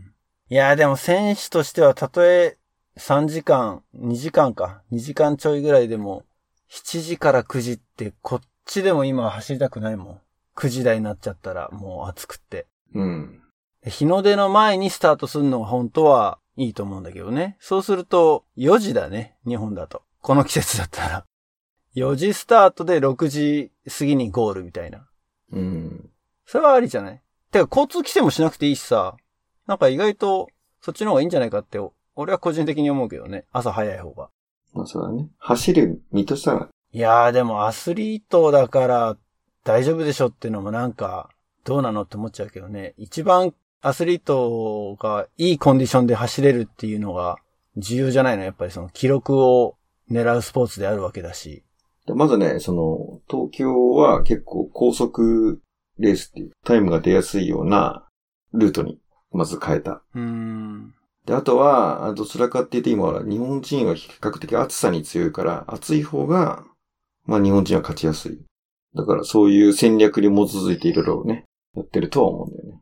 いや、でも選手としてはたとえさんじかん、にじかんか。にじかんちょいぐらいでも、しちじからくじってこっちでも今は走りたくないもん。くじ台になっちゃったらもう暑くって。 うん。 日の出の前にスタートするのが本当はいいと思うんだけどね。そうするとよじだね。日本だと。この季節だったら。よじスタートでろくじ過ぎにゴールみたいな。 うん。 それはありじゃない？てか交通規制もしなくていいしさ。なんか意外とそっちの方がいいんじゃないかって、俺は個人的に思うけどね。朝早い方が。 まあそうだね。走る身としたら。 いやーでもアスリートだから大丈夫でしょっていうのもなんかどうなのって思っちゃうけどね。一番アスリートがいいコンディションで走れるっていうのが重要じゃないの？やっぱりその記録を狙うスポーツであるわけだし。 でまずね、その、東京は結構高速レースっていうタイムが出やすいようなルートにまず変えた。 うーん。 で、あとは、どちらかって言って今は日本人は比較的暑さに強いから、暑い方が、まあ日本人は勝ちやすい。だからそういう戦略に基づいていろいろね、やってるとは思うんだよね。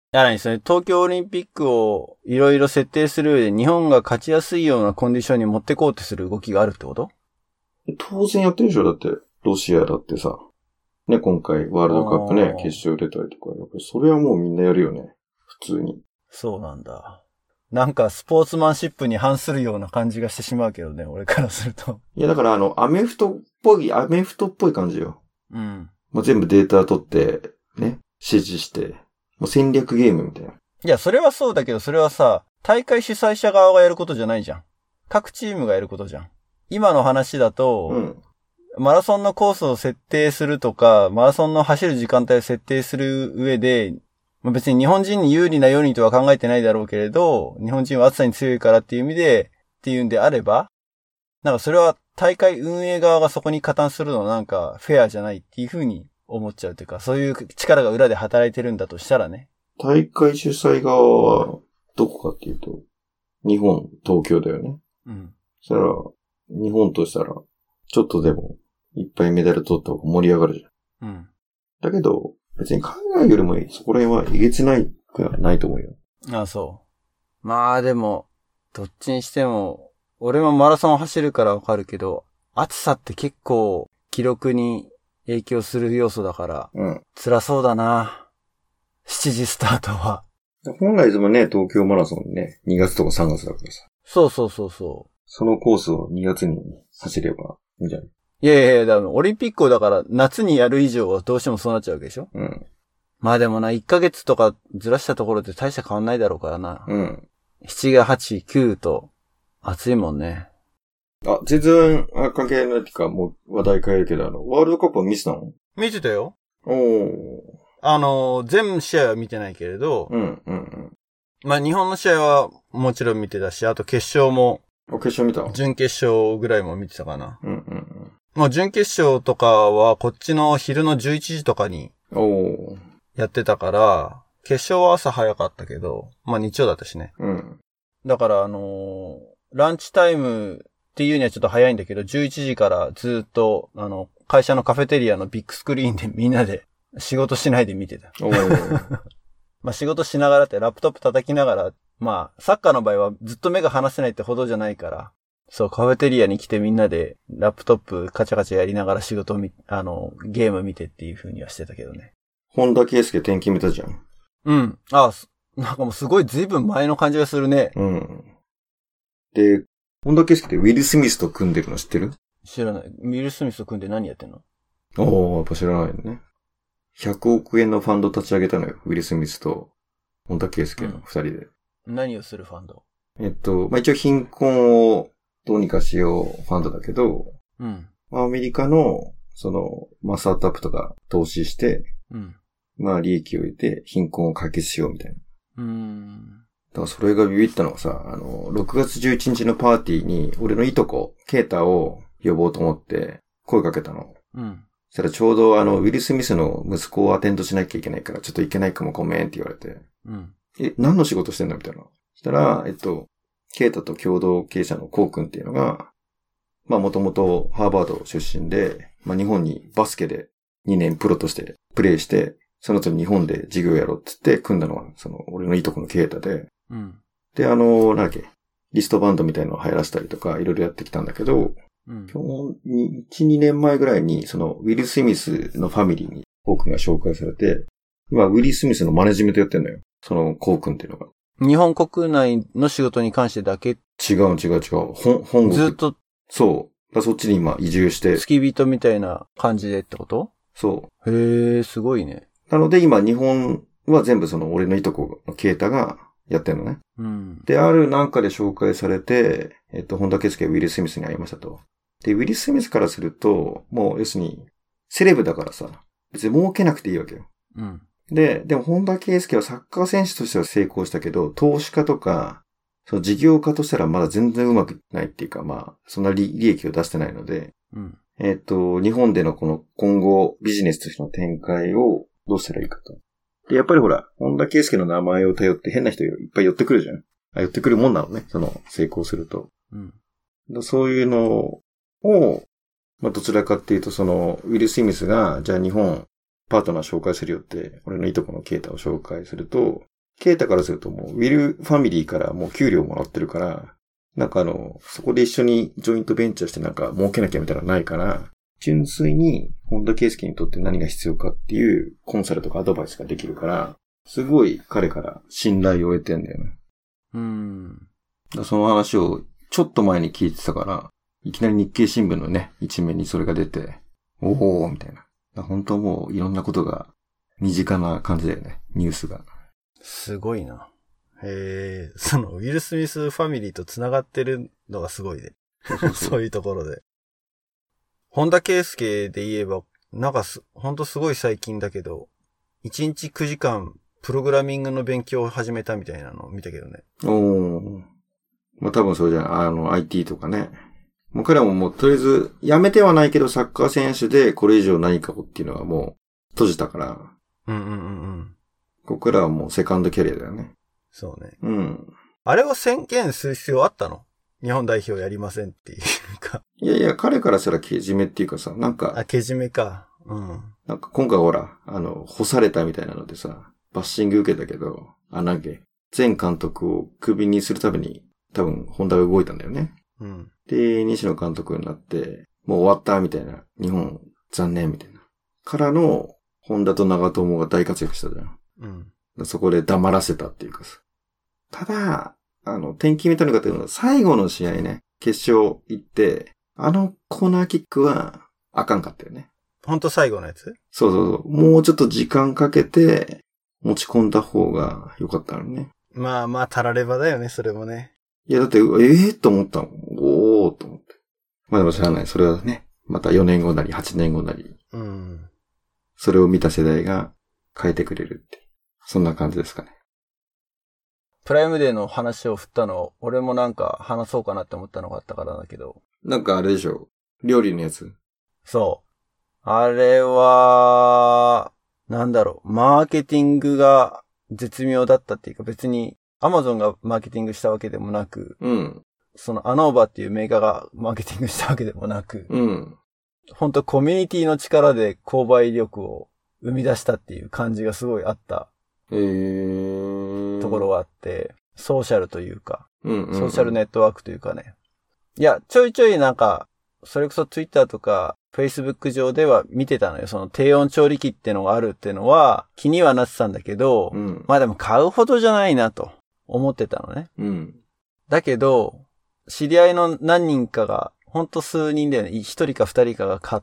やらにそれ、東京オリンピックをいろいろ設定する上で日本が勝ちやすいようなコンディションに持ってこうとする動きがあるってこと？ 当然やってるでしょ。だって、ロシアだってさ、ね、今回ワールドカップね、決勝出たりとか、やっぱりそれはもうみんなやるよね。普通に。 そうなんだ。なんかスポーツマンシップに反するような感じがしてしまうけどね、俺からすると。 いやだからあの、アメフトっぽい、アメフトっぽい感じよ。 うん。 もう全部データ取って、ね、指示して、もう戦略ゲームみたいな。 いや、それはそうだけど、それはさ、大会主催者側がやることじゃないじゃん。各チームがやることじゃん。今の話だと、うん、マラソンのコースを設定するとか、マラソンの走る時間帯を設定する上で、別に日本人に有利なようにとは考えてないだろうけれど、日本人は暑さに強いからっていう意味で、っていうんであれば、なんかそれは大会運営側がそこに加担するのはなんかフェアじゃないっていうふうに思っちゃうというか、そういう力が裏で働いてるんだとしたらね。 大会主催側はどこかっていうと、日本、東京だよね。うん。そしたら、日本としたら、ちょっとでもいっぱいメダル取った方が盛り上がるじゃん。うん。だけど、別に海外よりもそこら辺はえげつないくはないと思うよ。 ああ、そう。まあでも、どっちにしても、俺もマラソン走るからわかるけど、暑さって結構記録に影響する要素だから、うん。辛そうだな。しちじスタートは。 本来でもね、東京マラソンね、にがつとかさんがつだからさ。 そうそうそうそう。 そのコースをにがつに走ればいいんじゃない？ いやいやいや、だからオリンピックをだから夏にやる以上はどうしてもそうなっちゃうわけでしょ？うん。まあでもな、いっかげつとかずらしたところで大した変わんないだろうからな。うん。しちがはち、きゅうと暑いもんね。 あ、全然関係ないっていうか、もう話題変えるけど、あの、ワールドカップは見てたの？ 見てたよ。おー。あの、全試合は見てないけれど、うん、うん、うん。まあ日本の試合はもちろん見てたし、あと決勝も、 決勝見た？ 準決勝ぐらいも見てたかな。うん、うん、うん。もう準決勝とかはこっちの昼のじゅういちじとかにやってたから、決勝は朝早かったけど、まあ日曜だったしね。うん。だからあのー、ランチタイムっていうにはちょっと早いんだけど、じゅういちじからずっと、あの、会社のカフェテリアのビッグスクリーンでみんなで仕事しないで見てた。おまあ仕事しながらってラップトップ叩きながら、まあサッカーの場合はずっと目が離せないってほどじゃないから、そう、カフェテリアに来てみんなでラップトップカチャカチャやりながら仕事をみ、あの、ゲーム見てっていう風にはしてたけどね。 本田圭佑天気見たじゃん。 うん。ああ、なんかもうすごい随分前の感じがするね。うん。 で、本田圭佑ってウィル・スミスと組んでるの知ってる？ 知らない。ウィル・スミスと組んで何やってんの？ おー、やっぱ知らないよね。ひゃくおくえんのファンド立ち上げたのよ。ウィル・スミスと本田圭佑の二人で、 うん。何をするファンド？ えっと、まあ、一応貧困をどうにかしようファンドだけど、うん。アメリカの、その、まあ、スタートアップとか投資して、うん。まあ、利益を得て貧困を解決しようみたいな。うーん。だからそれがビビったのがさ、あの、ろくがつじゅういちにちのパーティーに、俺のいとこ、ケータを呼ぼうと思って声かけたの。うん。そしたらちょうどあの、ウィル・スミスの息子をアテンドしなきゃいけないから、ちょっと行けないかもごめんって言われて。うん。え、何の仕事してんのみたいな。そしたら、えっと、ケータと共同経営者のコウ君っていうのが、まあもともとハーバード出身で、まあ日本にバスケでにねんプロとしてプレイして、その後に日本で事業やろうって言って組んだのは、その俺のいとこのケータで、うん、で、あの、なんだっけ、リストバンドみたいなのを流行らせたりとかいろいろやってきたんだけど、うん、今日いち、にねんまえぐらいにそのウィル・スミスのファミリーにコウ君が紹介されて、今ウィル・スミスのマネジメントやってんのよ。そのコウ君っていうのが。 日本国内の仕事に関してだけ？ 違う違う違う。本、本国。 ずっと。 そう。だそっちに今移住して。 付き人みたいな感じでってこと？ そう。 へー、すごいね。 なので今日本は全部その俺のいとこのケータがやってるのね。うん。で、あるなんかで紹介されて、えっと、本田圭佑がウィル・スミスに会いましたと。で、ウィル・スミスからすると、もう要するに、セレブだからさ、別に儲けなくていいわけよ。うん。で、でも本田圭佑はサッカー選手としては成功したけど、投資家とか、その事業家としたらまだ全然うまくないっていうか、まあ、そんな利利益を出してないので、うん、えっと、日本でのこの今後ビジネスとしての展開をどうしたらいいかと。で、やっぱりほら、本田圭佑の名前を頼って変な人いっぱい寄ってくるじゃん。あ、寄ってくるもんなのね、その成功すると。うん、そういうのを、まあ、どちらかっていうと、その、ウィル・スミスが、じゃあ日本、パートナー紹介するよって、俺のいとこのケータを紹介すると、 ケイタからするともう、ウィルファミリーからもう給料もらってるから、なんかあの、そこで一緒にジョイントベンチャーしてなんか儲けなきゃみたいなのないから、純粋に本田圭佑にとって何が必要かっていうコンサルとかアドバイスができるから、すごい彼から信頼を得てんだよね。 うん。 だその話をちょっと前に聞いてたから、いきなり日経新聞のね、一面にそれが出て、おーみたいな。だ本当もういろんなことが身近な感じだよね、ニュースが。 すごいな。へえ、そのウィル・スミスファミリーと繋がってるのがすごいね。そうそうそうそういうところで。本田圭佑で言えば、なんかす、ほんとすごい最近だけど、いちにちくじかんプログラミングの勉強を始めたみたいなのを見たけどね。 おー。まあ多分そうじゃん。あの、アイティー とかね。もう彼ももうとりあえず、やめてはないけどサッカー選手でこれ以上何かをっていうのはもう閉じたから。 うんうんうんうん。 ここからはもうセカンドキャリアだよね。 そうね。 うん。 あれを宣言する必要あったの？日本代表やりませんっていうか。 いやいや、彼からしたらけじめっていうかさ、なんか。 あ、けじめか。うん。 なんか今回ほら、あの、干されたみたいなのでさ、バッシング受けたけど、あ、なんか、前監督をクビにするために、多分、ホンダが動いたんだよね。 うん。で、 西野監督になって、もう終わったみたいな、日本残念みたいな。からの、ホンダと長友が大活躍したじゃん。うん。そこで黙らせたっていうかさ。ただ、あの、天気見たのかっていうのは、最後の試合ね、決勝行って、あのコーナーキックは、あかんかったよね。 ほんと最後のやつ？ そうそうそう。もうちょっと時間かけて、持ち込んだ方が良かったのね。 まあまあ、たらればだよね、それもね。 いや、だって、ええー、と思ったの。おーと思って。まあでも知らない。それはね、またよねんごなりはちねんごなり。 うん。 それを見た世代が変えてくれるって。そんな感じですかね。 プライムデーの話を振ったの、俺もなんか話そうかなって思ったのがあったからだけど。 なんかあれでしょ。料理のやつ。 そう。あれは、なんだろう、マーケティングが絶妙だったっていうか、別にアマゾンがマーケティングしたわけでもなく、 うん。 そのアノーバっていうメーカーがマーケティングしたわけでもなく、 うん。 ほんとコミュニティの力で購買力を生み出したっていう感じがすごいあったえー、 ところがあって、ソーシャルというか、 うんうんうん、 ソーシャルネットワークというかね。いや、ちょいちょいなんか、それこそツイッターとか、Facebook 上では見てたのよ。その低温調理器ってのがあるってのは気にはなってたんだけど、 うん、 まあでも買うほどじゃないなと思ってたのね。 うん、 だけど、知り合いの何人かが、ほんと数人だよね。一人か二人かが買って、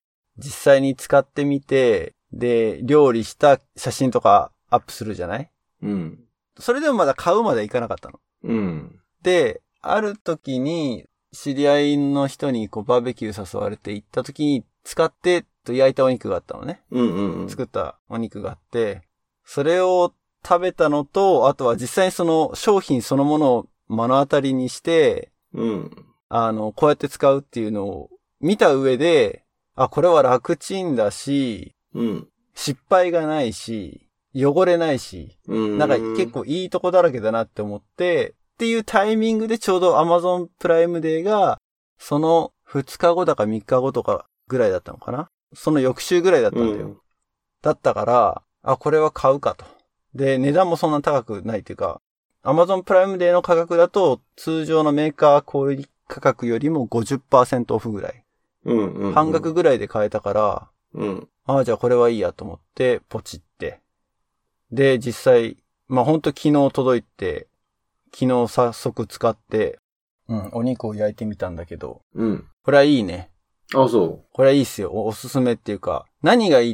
実際に使ってみて、で、料理した写真とかアップするじゃない？ うん。 それでもまだ買うまでいかなかったの。 うん。 で、ある時に、知り合いの人にこうバーベキュー誘われて行った時に使ってと焼いたお肉があったのね。 うんうんうん。 作ったお肉があって、それを食べたのと、あとは実際にその商品そのものを目の当たりにして、 うん。 あの、こうやって使うっていうのを見た上で、あ、これは楽ちんだし、 うん。 失敗がないし、汚れないし、 うん。 なんか結構いいとこだらけだなって思って、っていうタイミングでちょうど Amazon プライムデーが、そのふつかごだかみっかごとかぐらいだったのかな？その翌週ぐらいだったんだよ。うん、だったから、あ、これは買うかと。で、値段もそんな高くないっていうか、Amazon プライムデーの価格だと通常のメーカー小売価格よりも ごじゅっパーセント オフぐらい。 うんうんうん、 半額ぐらいで買えたから、 うん、 ああ、じゃあこれはいいやと思ってポチって。で、実際、まあ、ほんと昨日届いて、昨日早速使って、うん、お肉を焼いてみたんだけど、 うん。 これはいいね。 あ、そう。 これはいいっすよ。おすすめっていうか、何がいいって、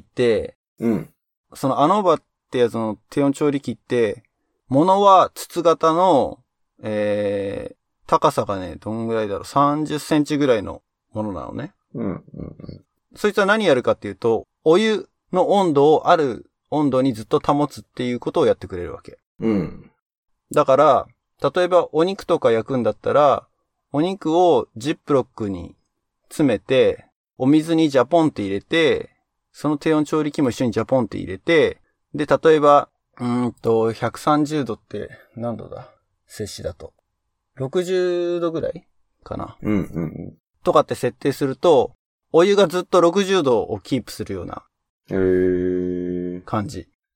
うん。 そのアノーバってやつの低温調理器って、物は筒型の、えー、高さがね、どんぐらいだろう、さんじゅっセンチぐらいのものなのね。 うん、うん、うん。 そいつは何やるかっていうと、お湯の温度をある温度にずっと保つっていうことをやってくれるわけ。 うん。 だから、例えばお肉とか焼くんだったら、お肉をジップロックに詰めて、お水にジャポンって入れて、その低温調理器も一緒にジャポンって入れて、で、例えば、うーんと、ひゃくさんじゅうどって何度だ？摂氏だと。ろくじゅうどぐらいかな。 うんうんうん。 とかって設定すると、お湯がずっとろくじゅうどをキープするようなへー。 感じ。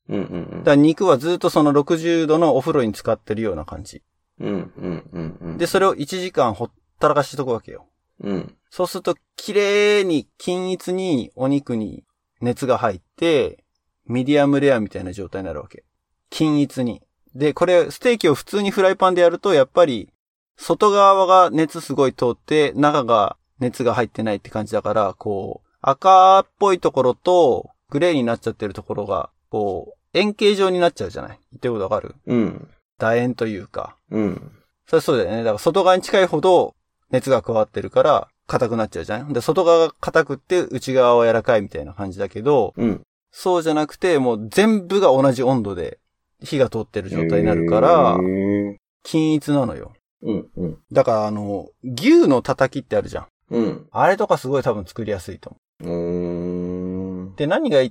うんうんうん。 だから肉はずっとそのろくじゅうどのお風呂に浸ってるような感じ。 うんうんうんうん。 で、それをいちじかんほったらかしとくわけよ。 うん。 そうすると、綺麗に均一にお肉に熱が入って、ミディアムレアみたいな状態になるわけ。均一に。で、これ、ステーキを普通にフライパンでやると、やっぱり、外側が熱すごい通って、中が熱が入ってないって感じだから、こう、赤っぽいところと、グレーになっちゃってるところが、こう、円形状になっちゃうじゃない。言ってることわかる？ うん。 楕円というか。 うん。 それそうだよね。だから外側に近いほど熱が加わってるから、硬くなっちゃうじゃん。で、外側が硬くって内側は柔らかいみたいな感じだけど、 うん、 そうじゃなくて、もう全部が同じ温度で火が通ってる状態になるから、均一なのよ。 うんうん、 だからあの、牛の叩きってあるじゃん。 うん、 あれとかすごい多分作りやすいと思う。 うーん、 で、何がいいって、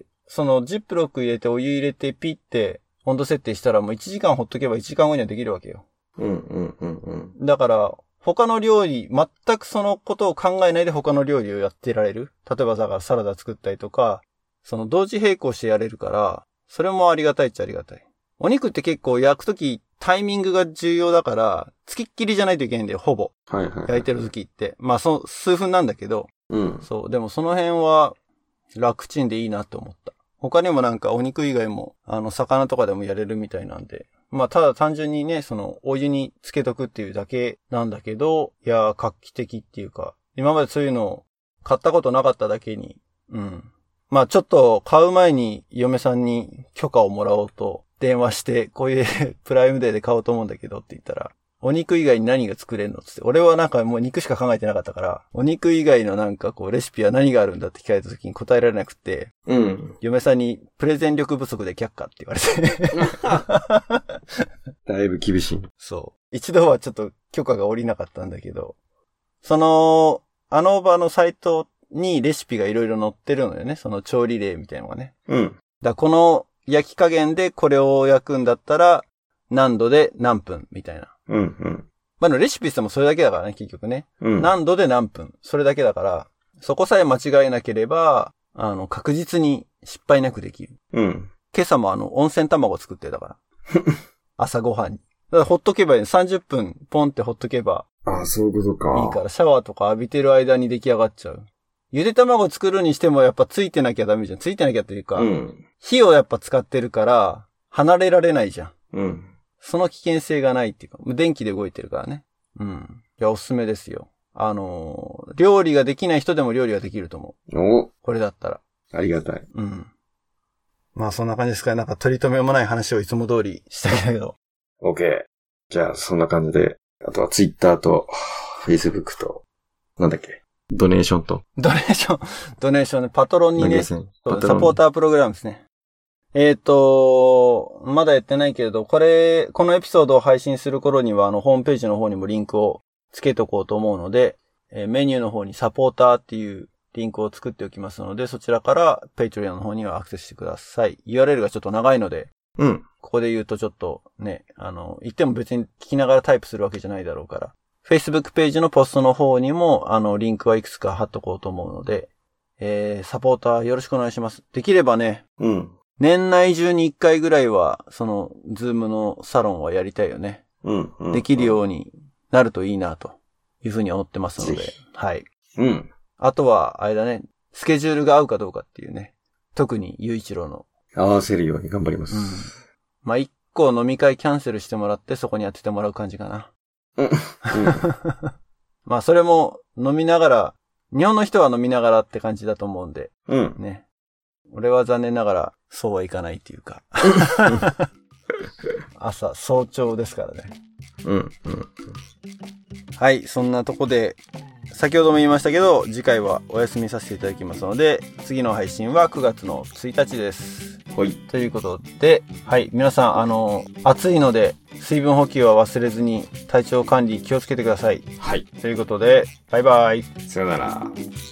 そのジップロック入れてお湯入れてピッて温度設定したらもういちじかんほっとけばいちじかんごにはできるわけよ。 うんうんうんうん、 だから、他の料理、全くそのことを考えないで他の料理をやってられる。例えばだからサラダ作ったりとか、その同時並行してやれるから、それもありがたいっちゃありがたい。お肉って結構焼くときタイミングが重要だから、付きっきりじゃないといけないんだよ、ほぼ。 はいはいはい、 焼いてるときって。まあその数分なんだけど、 うん。 そう、でもその辺は楽ちんでいいなと思った。他にもなんかお肉以外も、あの、魚とかでもやれるみたいなんで。まあ、ただ単純にね、その、お湯につけとくっていうだけなんだけど、いやー、画期的っていうか、今までそういうのを買ったことなかっただけに、うん。まあ、ちょっと買う前に嫁さんに許可をもらおうと電話して、こういうプライムデーで買おうと思うんだけどって言ったら、お肉以外に何が作れんのつって。俺はなんかもう肉しか考えてなかったから、お肉以外のなんかこうレシピは何があるんだって聞かれた時に答えられなくて、 うん。 嫁さんにプレゼン力不足で却下って言われて。 だいぶ厳しい。 そう。一度はちょっと許可が下りなかったんだけど、その、あの場のサイトにレシピがいろいろ載ってるのよね。その調理例みたいなのがね。 うん。 だからこの焼き加減でこれを焼くんだったら、何度で何分みたいな。 うんうん。 まあ、レシピってもそれだけだからね、結局ね。うん。何度で何分。それだけだから、そこさえ間違えなければ、あの、確実に失敗なくできる。 うん。 今朝もあの、温泉卵作ってたから。朝ごはんに。だからほっとけばいい。さんじゅっぷんポンってほっとけば。 ああ、そういうことか。 いいから、シャワーとか浴びてる間に出来上がっちゃう。ゆで卵作るにしてもやっぱついてなきゃダメじゃん。ついてなきゃっていうか、うん、火をやっぱ使ってるから、離れられないじゃん。 うん。 その危険性がないっていうか、電気で動いてるからね。うん。いや、おすすめですよ。あのー、料理ができない人でも料理ができると思う。 お、 これだったら。 ありがたい。 うん。まあそんな感じですかね。なんか取り留めもない話をいつも通りしたけど。 OK。じゃあ、そんな感じで。あとは Twitter と Facebook と、なんだっけ。ドネーションと。 ドネーション、ドネーションね。パトロンにね。ねサポータープログラムですね。えっと、まだやってないけれど、これ、このエピソードを配信する頃には、あの、ホームページの方にもリンクをつけとこうと思うので、えー、メニューの方にサポーターっていうリンクを作っておきますので、そちらから Patreon の方にはアクセスしてください。ユーアールエル がちょっと長いので、 うん。 ここで言うとちょっとね、あの、言っても別に聞きながらタイプするわけじゃないだろうから、Facebook ページのポストの方にも、あの、リンクはいくつか貼っとこうと思うので、えー、サポーターよろしくお願いします。できればね、 うん。 年内中にいっかいぐらいは、その、ズームのサロンはやりたいよね。 うん。うん、 できるようになるといいな、というふうに思ってますので。はい。 うん。 あとは、あれだね、スケジュールが合うかどうかっていうね。特に、雄一郎の。 合わせるように頑張ります。うん。 まあ、一個飲み会キャンセルしてもらって、そこに当ててもらう感じかな。うん。うん、まあ、それも、飲みながら、日本の人は飲みながらって感じだと思うんで。 うん。 ね。俺は残念ながら、そうはいかないっていうか。朝、早朝ですからね。 うん、うん。 はい、そんなとこで、先ほども言いましたけど、次回はお休みさせていただきますので、次の配信はくがつのついたちです。 はい。 ということで、はい、皆さん、あの、暑いので、水分補給は忘れずに、体調管理気をつけてください。 はい。 ということで、バイバイ。 さよなら。